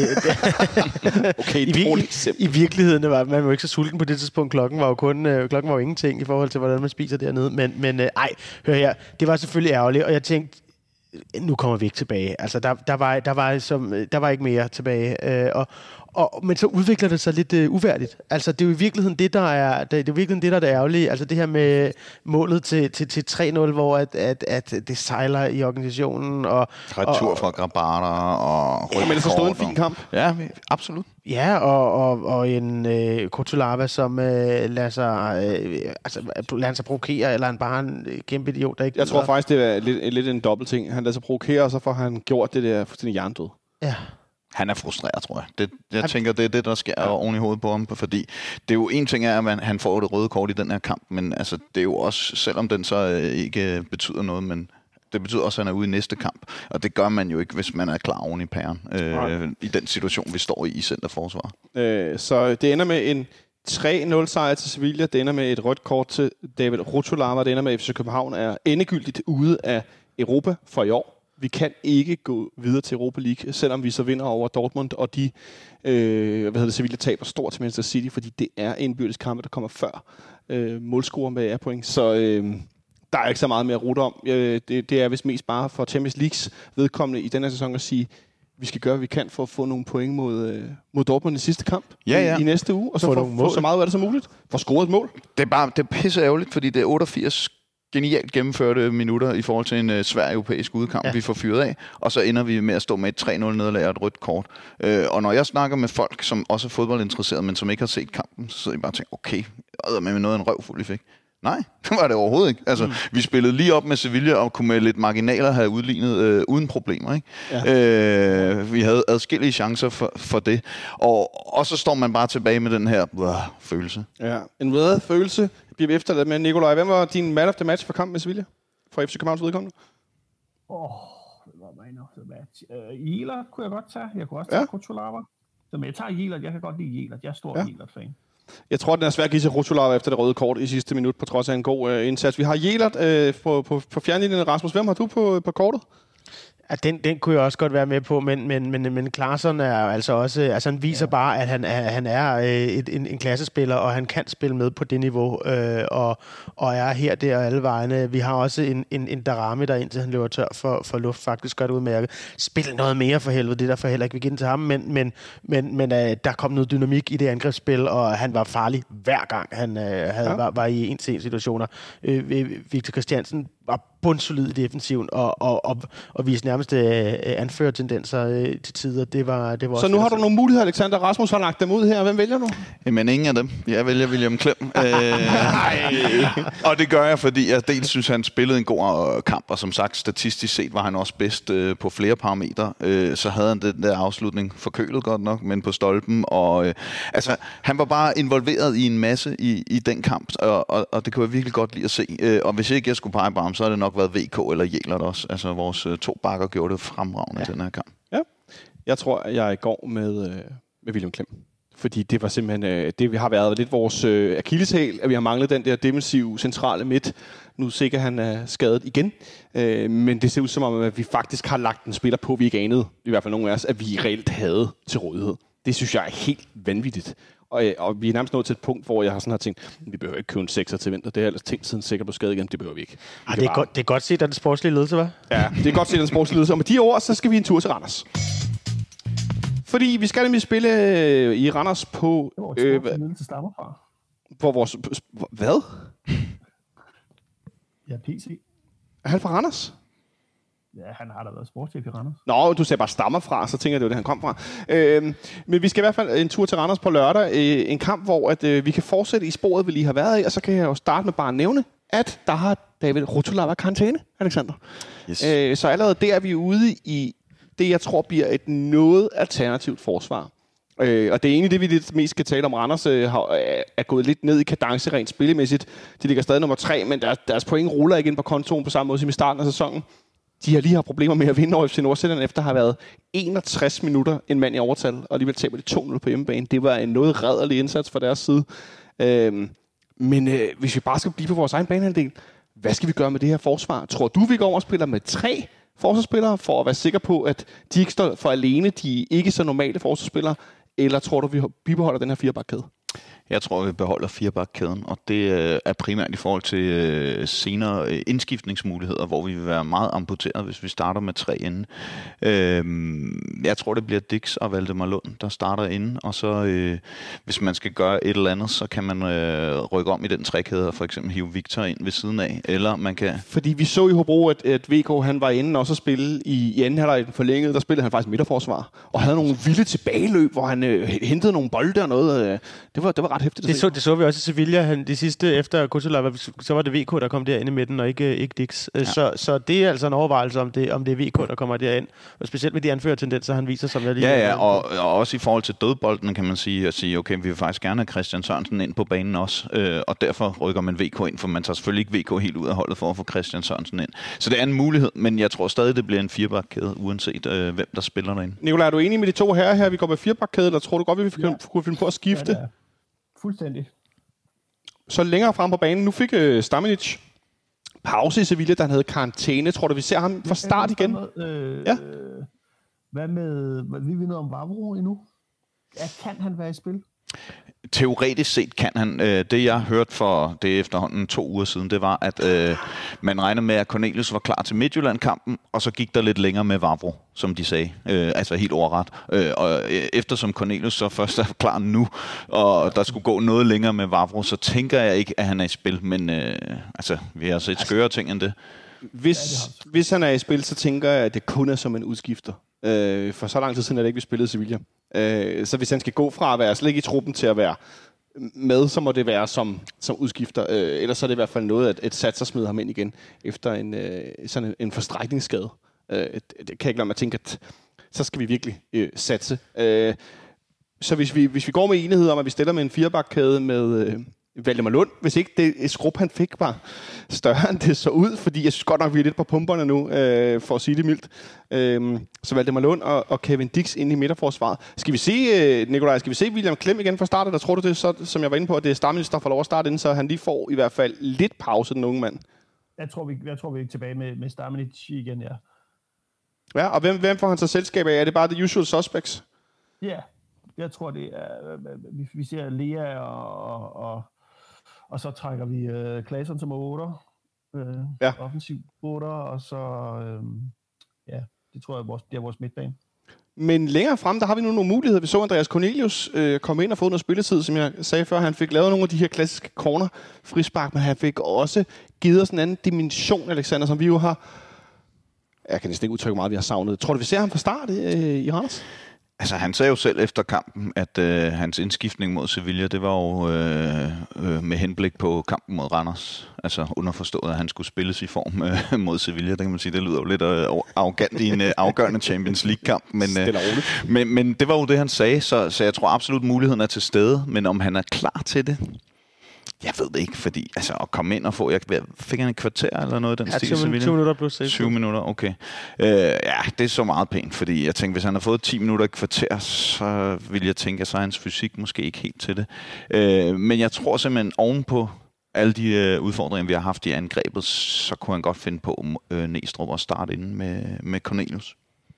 det okay, i, vir- i, i virkeligheden var man jo ikke så sulten på det tidspunkt. Klokken var jo kun øh, klokken var jo ingenting i forhold til hvordan man spiser dernede, men men øh, ej, hør her, det var selvfølgelig ærgerligt, og jeg tænkte, nu kommer vi ikke tilbage. Altså der der var der var som der var ikke mere tilbage, øh, og Og, men så udvikler det sig lidt øh, uværdigt. Altså, det er jo i virkeligheden det, der er det, det er jo virkelig det, der er det ærgerlige. Altså, det her med målet til, til, til tre nul, hvor at, at, at det sejler i organisationen. Og, Retur og, fra Grabara og ja, men det har stået en fin kamp. Ja, absolut. Ja, og, og, og en øh, Kotulava, som øh, lader sig, øh, altså, lader sig provokere, eller han bare en øh, kæmpe idiot, der ikke... Jeg tror faktisk, det er lidt, lidt en dobbelt ting. Han lader sig provokere, og så får han gjort det der fuldstændig jerndød. Ja. Han er frustreret, tror jeg. Det, jeg han... tænker, det er det, der sker ja. oven i hovedet på ham, fordi det er jo en ting er, at man, han får det røde kort i den her kamp, men altså, det er jo også, selvom den så øh, ikke betyder noget, men det betyder også, at han er ude i næste kamp, og det gør man jo ikke, hvis man er klar oven i pæren, øh, i den situation, vi står i i centerforsvar. Øh, så det ender med en tre nul sejr til Sevilla, det ender med et rødt kort til David Rotulava, det ender med, at F C København er endegyldigt ude af Europa for i år. Vi kan ikke gå videre til Europa League, selvom vi så vinder over Dortmund, og de øh, hvad hedder det, Sevilla taber stort til Manchester City, fordi det er indbyrdes kampe, der kommer før øh, målscorer med A point. Så øh, der er ikke så meget mere at rute om. Øh, det, det er vist mest bare for Champions Leagues vedkommende i denne sæson at sige, vi skal gøre, hvad vi kan for at få nogle point mod, øh, mod Dortmund i sidste kamp ja, ja. I, i næste uge, og så få, få så meget ud af det som muligt. For scoret et mål. Det er bare det er pisse ærgerligt, fordi det er otteogfirs genialt gennemførte minutter i forhold til en uh, svær europæisk udkamp, ja. vi får fyret af, og så ender vi med at stå med et tre nul nederlag og et rødt kort. Uh, og når jeg snakker med folk, som også er fodboldinteresserede, men som ikke har set kampen, så sidder jeg bare og tænker, okay, jeg med noget af en røvfuld, I fik. Nej, det var det overhovedet ikke. Altså, mm. vi spillede lige op med Sevilla og kunne med lidt marginaler have udlignet øh, uden problemer. Ikke? Ja. Øh, vi havde adskillige chancer for, for det. Og, og så står man bare tilbage med den her øh, følelse. Ja, en vrede følelse bliver vi efterladt med. Nikolaj, hvem var din man of the match for kampen med Sevilla? For F C Københavns vedkommende? Åh, oh, det var man of the match. Uh, Jelert kunne jeg godt tage. Jeg kunne også tage ja. Kotulava. Så jeg tager Jelert. Jeg kan godt lide Jelert. Jeg er stor ja. Jelert-fan. Jeg tror, den er svær at give til Rotulava efter det røde kort i sidste minut, på trods af en god øh, indsats. Vi har Jelert øh, på, på, på fjernlinjen. Rasmus, hvem har du på, på kortet? Ja, den, den kunne jeg også godt være med på, men, men, men, men Klaarsson er altså også, altså han viser ja. bare, at han er, han er øh, et, en, en klassespiller, og han kan spille med på det niveau, øh, og, og er her, der og alle vejene. Vi har også en, en, en Darami, der indtil han løber tør for, for luft, faktisk gør det udmærket. Spil noget mere for helvede, det er derfor heller ikke vi giver den til ham, men, men, men, men øh, der kom noget dynamik i det angrebsspil, og han var farlig hver gang, han øh, havde, ja. var, var i en-til-en situationer. Øh, Victor Christiansen var bundsolid i defensiven, og, og, og, og viste nærmest øh, anførertendenser øh, til tider. Det var, det var så nu har du nogle muligheder, Alexander. Rasmus har lagt dem ud her. Hvem vælger du? Jamen, ingen af dem. Jeg vælger William Klem. øh, og det gør jeg, fordi jeg dels synes, han spillede en god kamp, og som sagt, statistisk set var han også bedst øh, på flere parametre. Øh, så havde han den der afslutning forkølet godt nok, men på stolpen. Og, øh, altså, han var bare involveret i en masse i, i den kamp, og, og, og det kunne jeg virkelig godt lide at se. Øh, og hvis ikke jeg skulle pege på ham, så har det nok været V K eller Jælert også. Altså, vores øh, to bakker gjorde det fremragende ja. den her kamp. Ja. Jeg tror, jeg går med, øh, med William Klem. Fordi det var simpelthen, øh, det vi har været lidt vores øh, akilleshæl, at vi har manglet den der defensive centrale midt. Nu sikkert han er skadet igen. Øh, men det ser ud som om, at vi faktisk har lagt en spiller på, vi ikke anede, i hvert fald nogle af os, at vi reelt havde til rådighed. Det synes jeg er helt vanvittigt. Og, og vi er nærmest nået til et punkt, hvor jeg har sådan her tænkt, vi behøver ikke købe en sekser til vinter. Det har jeg ellers tænkt siden sikkert på skade igen. Det behøver vi ikke. Vi Arh, det, er bare... godt, det er godt set, at den sportslige ledelse, var. Ja, det er godt set, at den sportslige ledelse. Og med de ord, så skal vi en tur til Randers. Fordi vi skal nemlig spille i Randers på... Hvor vores sportslige ledelse stammer fra. Hvor vores... Hvad? Ja, P C. Er han fra Randers? Ja, han har da været sportschef i Randers. Nå, du ser bare stammer fra, så tænker jeg, det var det, han kom fra. Øhm, men vi skal i hvert fald en tur til Randers på lørdag. Øh, en kamp, hvor at, øh, vi kan fortsætte i sporet, vi lige har været i. Og så kan jeg jo starte med bare at nævne, at der har David Rotulava karantæne, Alexander. Yes. Øh, så allerede der er vi ude i det, jeg tror bliver et noget alternativt forsvar. Øh, og det er egentlig det, vi lidt mest skal tale om. Randers øh, har, øh, er gået lidt ned i kadence rent spillemæssigt. De ligger stadig nummer tre, men deres, deres point ruller ikke ind på kontoen på samme måde som i starten af sæsonen. De har lige haft problemer med at vinde over F C Nordsjælland, efter at have været enogtres minutter en mand i overtal, og alligevel taber de to nul på hjemmebane. Det var en noget rædderlig indsats fra deres side. Øhm, men øh, hvis vi bare skal blive på vores egen banehalvdel, hvad skal vi gøre med det her forsvar? Tror du, vi går over og spiller med tre forsvarsspillere, for at være sikker på, at de ikke står for alene, de ikke så normale forsvarsspillere, eller tror du, vi bibeholder den her firebakkæde? Jeg tror, vi beholder firebakkæden, og det øh, er primært i forhold til øh, senere øh, indskiftningsmuligheder, hvor vi vil være meget amputeret, hvis vi starter med tre inden. Øh, jeg tror, det bliver Dix og Valdemar Lund, der starter inden, og så øh, hvis man skal gøre et eller andet, så kan man øh, rykke om i den trækæde og for eksempel hive Victor ind ved siden af, eller man kan... Fordi vi så i Hobro, at, at V K han var inde også at spille i, i anden halvleg forlænget, der spillede han faktisk midterforsvar, og havde nogle vilde tilbageløb, hvor han øh, hentede nogle bolde og noget. Øh, det var, det var ret hæftigt. Det så, det så vi også i Sevilla, han, de sidste efter Kutsulava, så var det V K, der kom derinde i midten, og ikke, ikke Dix. Ja. Så, så det er altså en overvejelse, om det, om det er V K, der kommer derind. Og specielt med de anførertendenser, han viser, som jeg lige... Ja, ja, og, og også i forhold til dødbolden, kan man sige, at sige, okay, vi vil faktisk gerne have Christian Sørensen ind på banen også, øh, og derfor rykker man V K ind, for man tager selvfølgelig ikke V K helt ud af holdet for at få Christian Sørensen ind. Så det er en mulighed, men jeg tror stadig, det bliver en firebakkæde, uanset øh, hvem der spiller derinde. Nicolaj, er du enig med de to herrer her? Vi går med firebakkæde, eller tror du godt, vi ja. kunne finde på at skifte? Ja, fuldstændig. Så længere frem på banen. Nu fik øh, Stamenic pause i Sevilla, da han havde karantæne. Tror du, vi ser ham fra start igen? Med, øh, ja. Hvad med... Vi ved noget om Vavro endnu. Ja, kan han være i spil? Teoretisk set kan han. Det, jeg hørte for det efterhånden to uger siden, det var, at øh, man regnede med, at Cornelius var klar til Midtjylland-kampen, og så gik der lidt længere med Vavro, som de sagde. Øh, altså helt overret. Øh, og eftersom Cornelius så først er klar nu, og der skulle gå noget længere med Vavro, så tænker jeg ikke, at han er i spil. Men øh, altså, vi har set skøre ting end det. Hvis, hvis han er i spil, så tænker jeg, at det kun er som en udskifter. Øh, for så lang tid siden er det ikke, vi spillede Sevilla. Øh, så hvis han skal gå fra at være slet ikke i truppen til at være med, så må det være som, som udskifter. Øh, ellers så er det i hvert fald noget, at et satser smider ham ind igen efter en, øh, sådan en, en forstrækningsskade. Øh, det, det kan jeg ikke lade mig tænke, at så skal vi virkelig øh, satse. Øh, så hvis vi, hvis vi går med enighed om, at vi stiller med en firebakkæde med... Øh, Valdemar Lund, hvis ikke det skrub, han fik, var større, end det så ud, fordi jeg synes godt nok, vi er lidt på pumperne nu, øh, for at sige det mildt. Øh, så Valdemar Lund og, og Kevin Dix inde i midterforsvaret. Skal vi se, øh, Nicolaj, skal vi se William Klem igen fra start, eller tror du det, så, som jeg var inde på, at det er Stamenic, der får lov at starte inden, så han lige får i hvert fald lidt pause, den unge mand? Jeg tror, vi, jeg tror, vi er tilbage med, med Stamenic igen, ja. Ja, og hvem, hvem får han så selskab af? Er det bare the usual suspects? Ja, jeg tror, det er... Vi, vi ser Lea og... og Og så trækker vi øh, Claesson som otter, øh, ja. offensiv otter, og så, øh, ja, det tror jeg, vores, det er vores midtbane. Men længere frem, der har vi nu nogle muligheder. Vi så Andreas Cornelius øh, komme ind og få noget spilletid, som jeg sagde før. Han fik lavet nogle af de her klassiske corner frispark, men han fik også givet os en anden dimension, Alexander, som vi jo har... Jeg kan næsten ikke udtrykke meget, vi har savnet. Tror du, vi ser ham fra start øh, i Randers? Altså, han sagde jo selv efter kampen, at øh, hans indskiftning mod Sevilla, det var jo øh, øh, med henblik på kampen mod Randers. Altså underforstået, at han skulle spilles i form øh, mod Sevilla. Det kan man sige, det lyder jo lidt øh, arrogant i en øh, afgørende Champions League-kamp. Men, øh, men, men det var jo det, han sagde, så, så jeg tror absolut, muligheden er til stede. Men om han er klar til det... Jeg ved det ikke, fordi altså, at komme ind og få... Jeg fik han et kvarter eller noget i den ja, stil? tyve, tyve minutter plus seks. tyve minutter, okay. Øh, ja, det er så meget pænt, fordi jeg tænker, hvis han har fået ti minutter i kvarter, så vil jeg tænke, at så er hans fysik måske ikke helt til det. Øh, men jeg tror simpelthen, ovenpå alle de øh, udfordringer, vi har haft i angrebet, så kunne han godt finde på øh, Næstrup og starte inden med, med Cornelius.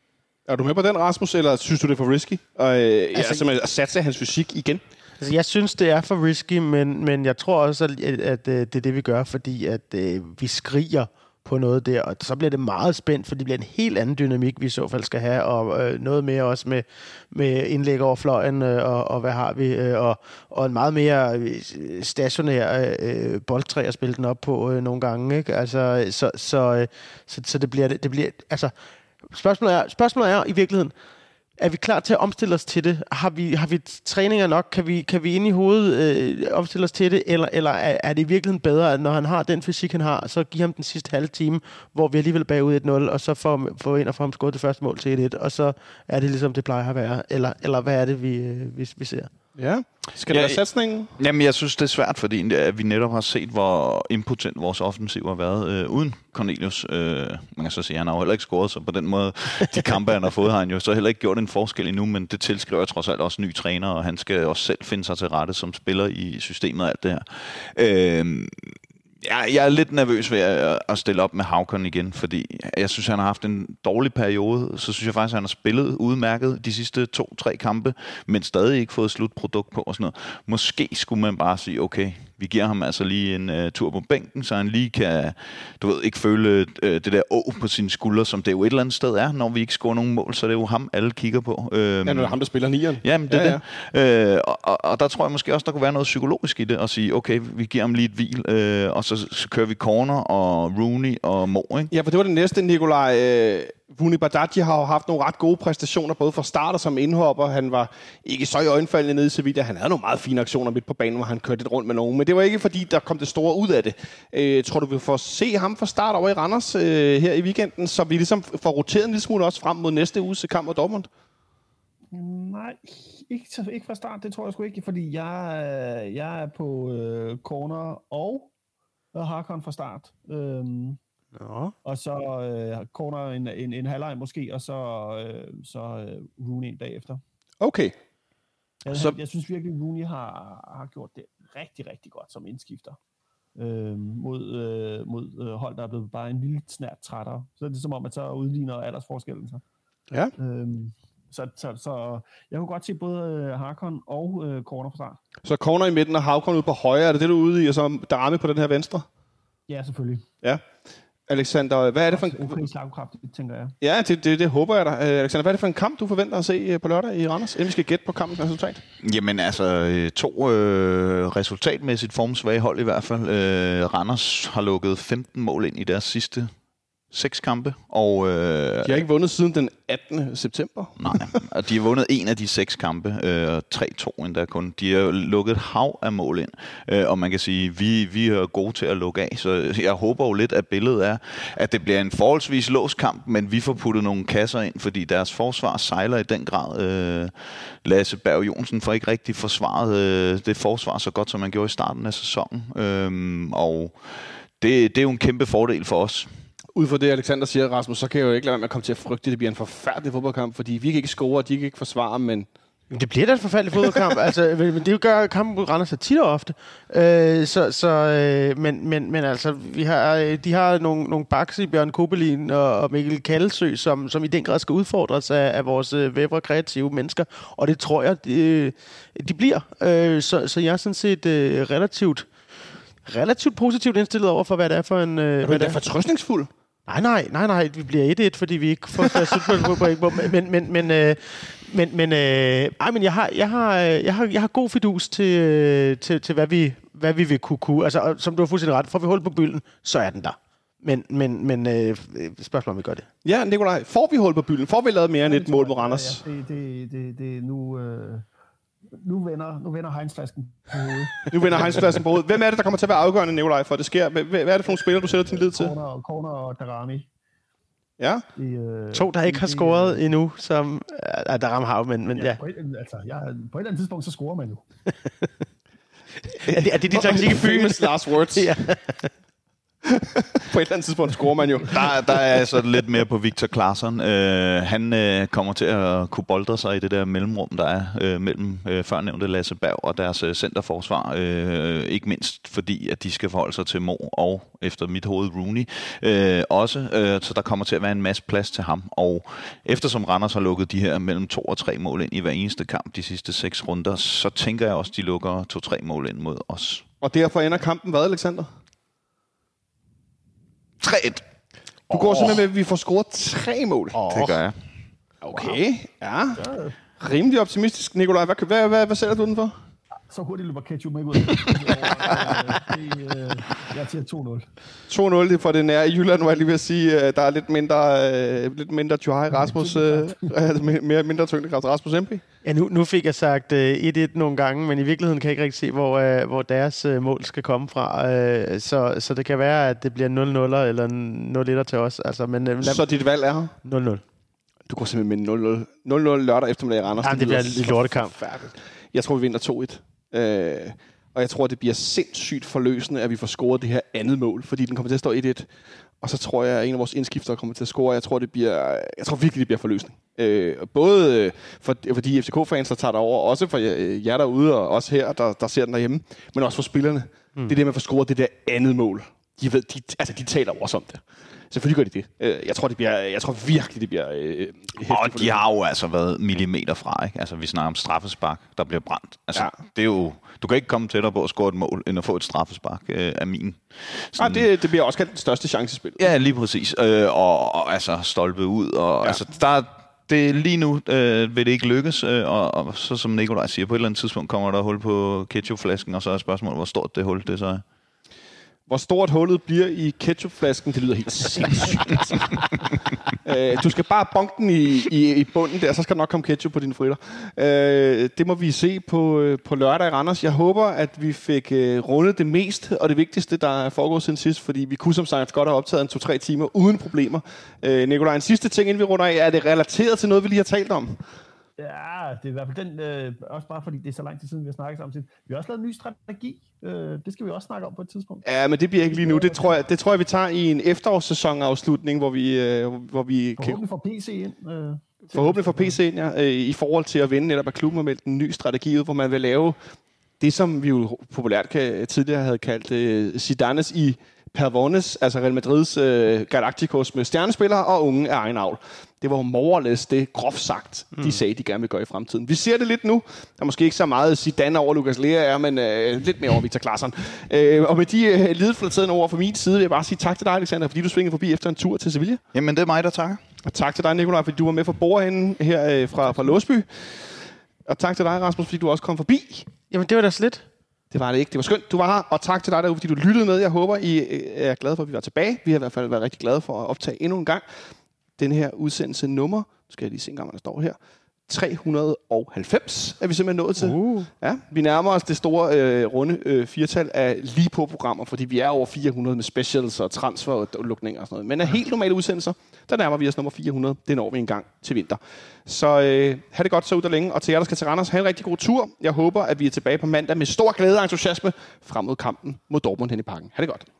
Er du med på den, Rasmus, eller synes du, det er for risky? Og, øh, altså, ja, at satse hans fysik igen? Altså, jeg synes, det er for risky, men, men jeg tror også, at, at, at det er det, vi gør, fordi at, øh, vi skriger på noget der, og så bliver det meget spændt, for det bliver en helt anden dynamik, vi i så fald skal have, og øh, noget mere også med, med indlæg over fløjen, øh, og, og hvad har vi, øh, og, og en meget mere stationær øh, boldtræ at spille den op på øh, nogle gange, ikke? Altså, så, så, øh, så, så det bliver, det bliver, altså, spørgsmålet er, spørgsmålet er i virkeligheden, er vi klar til at omstille os til det? Har vi, har vi træninger nok? Kan vi, kan vi ind i hovedet øh, omstille os til det? Eller, eller er, er det i virkeligheden bedre, at når han har den fysik, han har, så give ham den sidste halve time, hvor vi alligevel er bagud et nul, og så får, får ind og få ham skåret det første mål til et et, og så er det ligesom det plejer at være? Eller, eller hvad er det, vi, vi, vi ser? Ja. Skal det ja, være satsningen? Jamen, jeg synes, det er svært, fordi vi netop har set, hvor impotent vores offensiv har været øh, uden Cornelius. Øh, man kan så sige, at han har jo heller ikke scoret, så på den måde, de kampe, han har fået, har han jo så heller ikke gjort en forskel endnu, men det tilskriver jeg trods alt også ny træner, og han skal også selv finde sig til rette som spiller i systemet og alt det her. Øh, Jeg, jeg er lidt nervøs ved at, at stille op med Haucon igen, fordi jeg synes, han har haft en dårlig periode. Så synes jeg faktisk, at han har spillet udmærket de sidste to-tre kampe, men stadig ikke fået slutprodukt på og sådan noget. Måske skulle man bare sige, okay, vi giver ham altså lige en uh, tur på bænken, så han lige kan, du ved, ikke føle uh, det der å på sine skuldre, som det jo et eller andet sted er, når vi ikke scorer nogen mål, så det er jo ham, alle kigger på. Um, ja, når det er ham, der spiller nieren. Jamen, det er ja, ja. det. Uh, og, og, og der tror jeg måske også, der kunne være noget psykologisk i det, at sige, okay, vi giver ham lige et hvil, uh, og så, så kører vi Corner og Rooney og Mo, ikke? Ja, for det var det næste, Nikolaj. Uh, Vuni Bardghji har jo haft nogle ret gode præstationer, både fra start og som indhopper. Han var ikke så i øjenfaldende nede i Sevilla. Han havde nogle meget fine aktioner midt på banen, hvor han kørte lidt rundt med nogen. Men det var ikke, fordi der kom det store ud af det. Øh, tror du, vi får se ham fra start over i Randers øh, her i weekenden, så vi ligesom får roteret en lille smule også frem mod næste uges kamp mod Dortmund? Nej, ikke, ikke fra start. Det tror jeg sgu ikke, fordi jeg, jeg er på øh, Corner og Haucon fra start. Øhm. Ja. Og så øh, Corner en, en, en halvleg måske, og så, øh, så øh, Rooney en dag efter. Okay. Jeg, så... jeg synes virkelig, at Rooney har, har gjort det rigtig, rigtig godt som indskifter. Øh, mod øh, mod øh, hold, der er blevet bare en lille snært trættere. Så er det som om, at så udligner aldersforskellen sig. Ja. Øh, så, så, så jeg kunne godt se både Haucon og øh, Corner fra start. Så Corner i midten og Haucon ude på højre, er det det, du er ude i, og så Darami på den her venstre? Ja, selvfølgelig. Ja. Alexander, hvad er det for en... Okay, slagkraftigt, tænker jeg. Ja, det, det, det håber jeg da. Alexander, hvad er det for en kamp, du forventer at se på lørdag i Randers, inden vi skal gætte på kampens resultat? Jamen altså, to øh, resultatmæssigt formsvage hold i hvert fald. Øh, Randers har lukket femten mål ind i deres sidste seks kampe, og... Øh, de har ikke vundet siden den attende september. Nej, og de har vundet en af de seks kampe, øh, tre to endda kun. De har lukket hav af mål ind, øh, og man kan sige, vi, vi er gode til at lukke af, så jeg håber jo lidt, at billedet er, at det bliver en forholdsvis låst kamp, men vi får puttet nogle kasser ind, fordi deres forsvar sejler i den grad. Øh, Lasse Berg Jonsen får ikke rigtig forsvaret øh, det forsvar så godt, som man gjorde i starten af sæsonen, øh, og det, det er jo en kæmpe fordel for os. Ud fra det, Alexander siger, Rasmus, så kan jeg jo ikke lade være med at komme til at frygte, at det bliver en forfærdelig fodboldkamp, fordi vi kan ikke score, og de kan ikke forsvare, men... Det bliver da en forfærdelig fodboldkamp, altså, men det gør kampen mod Randers tit og ofte. Øh, så, så, øh, men, men, men altså, vi har, de har nogle, nogle baks i Bjørn Kobelin og, og Mikkel Kallesø, som, som i den grad skal udfordres af, af vores øh, vævre kreative mennesker, og det tror jeg, de, de bliver. Øh, så, så jeg er sådan set øh, relativt, relativt positivt indstillet over for, hvad det er for en... Øh, er du ikke fortrøstningsfuld? Nej, nej, nej, nej. Vi bliver et et, fordi vi ikke får slutspilspoint. Men, men, men, øh, men, men, øh, ej, men jeg har, jeg har, jeg har, jeg har god fidus til, til, til hvad vi, hvad vi vil kunne kunne. Altså, som du har fuldstændig ret. Får vi hul på bylden, så er den der. Men, men, men øh, spørgsmål om vi gør det. Ja, Nikolaj, får vi hul på bylden? Får vi lavet mere end et mål mod Randers? Ja, ja, det, det, det, det nu... Øh Nu vender, nu vender Heinz-flasken på hovedet. Nu vender Heinz-flasken på hovedet. Hvem er det, der kommer til at være afgørende, Nikolaj, for det sker? Hvad er det for nogle spillere, du sætter din lid til? Corner, Corner og Darami. Ja. Det, øh, to, der ikke det, har scoret det, endnu, som... Ja, Darami har men, men ja. ja. På, et, altså, ja, på et eller andet tidspunkt, så scorer man jo. er, det, er det de taktikke byen? Famous last words. Ja. På et eller andet tidspunkt scorer man jo. Der, der er altså lidt mere på Victor Claesson. Øh, han øh, kommer til at kunne boldre sig i det der mellemrum, der er øh, mellem øh, førnævnte Lasse Berg og deres øh, centerforsvar. Øh, ikke mindst fordi, at de skal forholde sig til Mo og efter mit hoved Rooney. Øh, også, øh, så der kommer til at være en masse plads til ham. Og eftersom Randers har lukket de her mellem to og tre mål ind i hver eneste kamp de sidste seks runder, så tænker jeg også, de lukker to-tre mål ind mod os. Og derfor ender kampen hvad, Alexander? tre et. Du går oh. simpelthen med, at vi får scoret tre mål. Oh. Det gør jeg. Okay, ja. Rimelig optimistisk, Nikolaj. Hvad, hvad, hvad, hvad sælger du den for? Så hurtigt løber Ketchup ikke ud. Jeg siger to nul. to nul, det er for det nære i Jylland, hvor jeg lige vil sige, der er lidt mindre, øh, lidt mindre Johai Rasmus, øh, mere, mindre tyngdekraft Rasmus M P. Ja, nu, nu fik jeg sagt øh, et et nogle gange, men i virkeligheden kan jeg ikke rigtig se, hvor, øh, hvor deres øh, mål skal komme fra. Øh, så, så det kan være, at det bliver nul nul eller nul et til os. Altså, men, øh, så dit valg er? nul nul. Du går simpelthen med nul nul. nul nul lørdag eftermiddag i Randers. Ja, det, det bliver en lortekamp. Jeg tror, vi vinder to et. Øh, og jeg tror, det bliver sindssygt forløsende, at vi får scoret det her andet mål, fordi den kommer til at stå et et. Og så tror jeg, at en af vores indskiftere kommer til at score. Jeg tror, det bliver, jeg tror virkelig, det bliver forløsning. Øh, både for, for de F C K-fans, der tager derover, også for jer derude, og også her, der, der ser den derhjemme, men også for spillerne. Mm. Det er det med at få scoret det der andet mål. De, ved, de, altså, de taler også om det. Selvfølgelig gør de det. Jeg tror, det bliver, jeg tror virkelig, det bliver øh, og de har jo altså været millimeter fra, ikke? Altså, vi snakker om straffespark, der bliver brændt. Altså, ja. Det er jo, du kan ikke komme tættere på at score et mål, end at få et straffespark øh, af min. Sådan, ja, det, det bliver også kaldt den største chance i spillet. Ja, lige præcis. Øh, og, og altså, stolpe ud. Og, ja. Altså, der, det, lige nu øh, vil det ikke lykkes, øh, og, og så som Nikolaj siger, på et eller andet tidspunkt kommer der hul på ketchupflasken, og så er spørgsmålet, hvor stort det hul det så er. Hvor stort hullet bliver i ketchupflasken, det lyder helt sindssygt. øh, du skal bare bonke den i, i, i bunden der, så skal der nok komme ketchup på dine fritter. Øh, det må vi se på, på lørdag i Randers. Jeg håber, at vi fik øh, rundet det mest og det vigtigste, der er foregået siden sidst, fordi vi kunne som sagt godt have optaget en to-tre timer uden problemer. Øh, Nikolaj, en sidste ting, inden vi runder af, er det relateret til noget, vi lige har talt om? Ja, det er i hvert fald den, øh, også bare fordi det er så lang tid siden, vi har snakket sammen. Vi har også lavet en ny strategi. Øh, det skal vi også snakke om på et tidspunkt. Ja, men det bliver ikke lige nu. Det tror jeg, det tror jeg vi tager i en efterårssæsonafslutning, hvor vi... Øh, hvor vi forhåbentlig får P C ind. Øh, forhåbentlig får P C ind, ja. Øh, I forhold til at vinde netop af klubben og melde en ny strategi ud, hvor man vil lave det, som vi jo populært kan, tidligere havde kaldt øh, Zidanes i Pervones, altså Real Madrids øh, Galacticos med stjernespillere og unge af egen avl. Det var more or less det, groft sagt, mm. de sagde, de gerne vil gøre i fremtiden. Vi ser det lidt nu. Der er måske ikke så meget Zidane over Lucas Lea er, men øh, lidt mere over Victor Claesson. Øh, og med de øh, lideflaterende ord fra min side, vil jeg bare sige tak til dig, Alexander, fordi du svingede forbi efter en tur til Sevilla. Jamen, det er mig, der takker. Og tak til dig, Nikolaj, fordi du var med for bordenden her øh, fra, fra Låsby. Og tak til dig, Rasmus, fordi du også kom forbi. Jamen, det var da slet. Det var det ikke. Det var skønt, du var her. Og tak til dig derude, fordi du lyttede med. Jeg håber, I er glade for, at vi var tilbage. Vi har i hvert fald været rigtig glade for at optage endnu en gang den her udsendelse nummer. Nu skal jeg lige se en gang, hvad der står her. tre hundrede og halvfems er vi simpelthen nået til. Uh. Ja, vi nærmer os det store øh, runde øh, firtal af lige på programmer, fordi vi er over fire hundrede med specials og transfer og lukninger og sådan noget. Men af helt normale udsendelser, der nærmer vi os nummer fire hundrede. Det når vi en gang til vinter. Så øh, have det godt så ud og længe. Og til jer, der skal til Randers, have en rigtig god tur. Jeg håber, at vi er tilbage på mandag med stor glæde og entusiasme frem mod kampen mod Dortmund hen i Parken. Ha' det godt.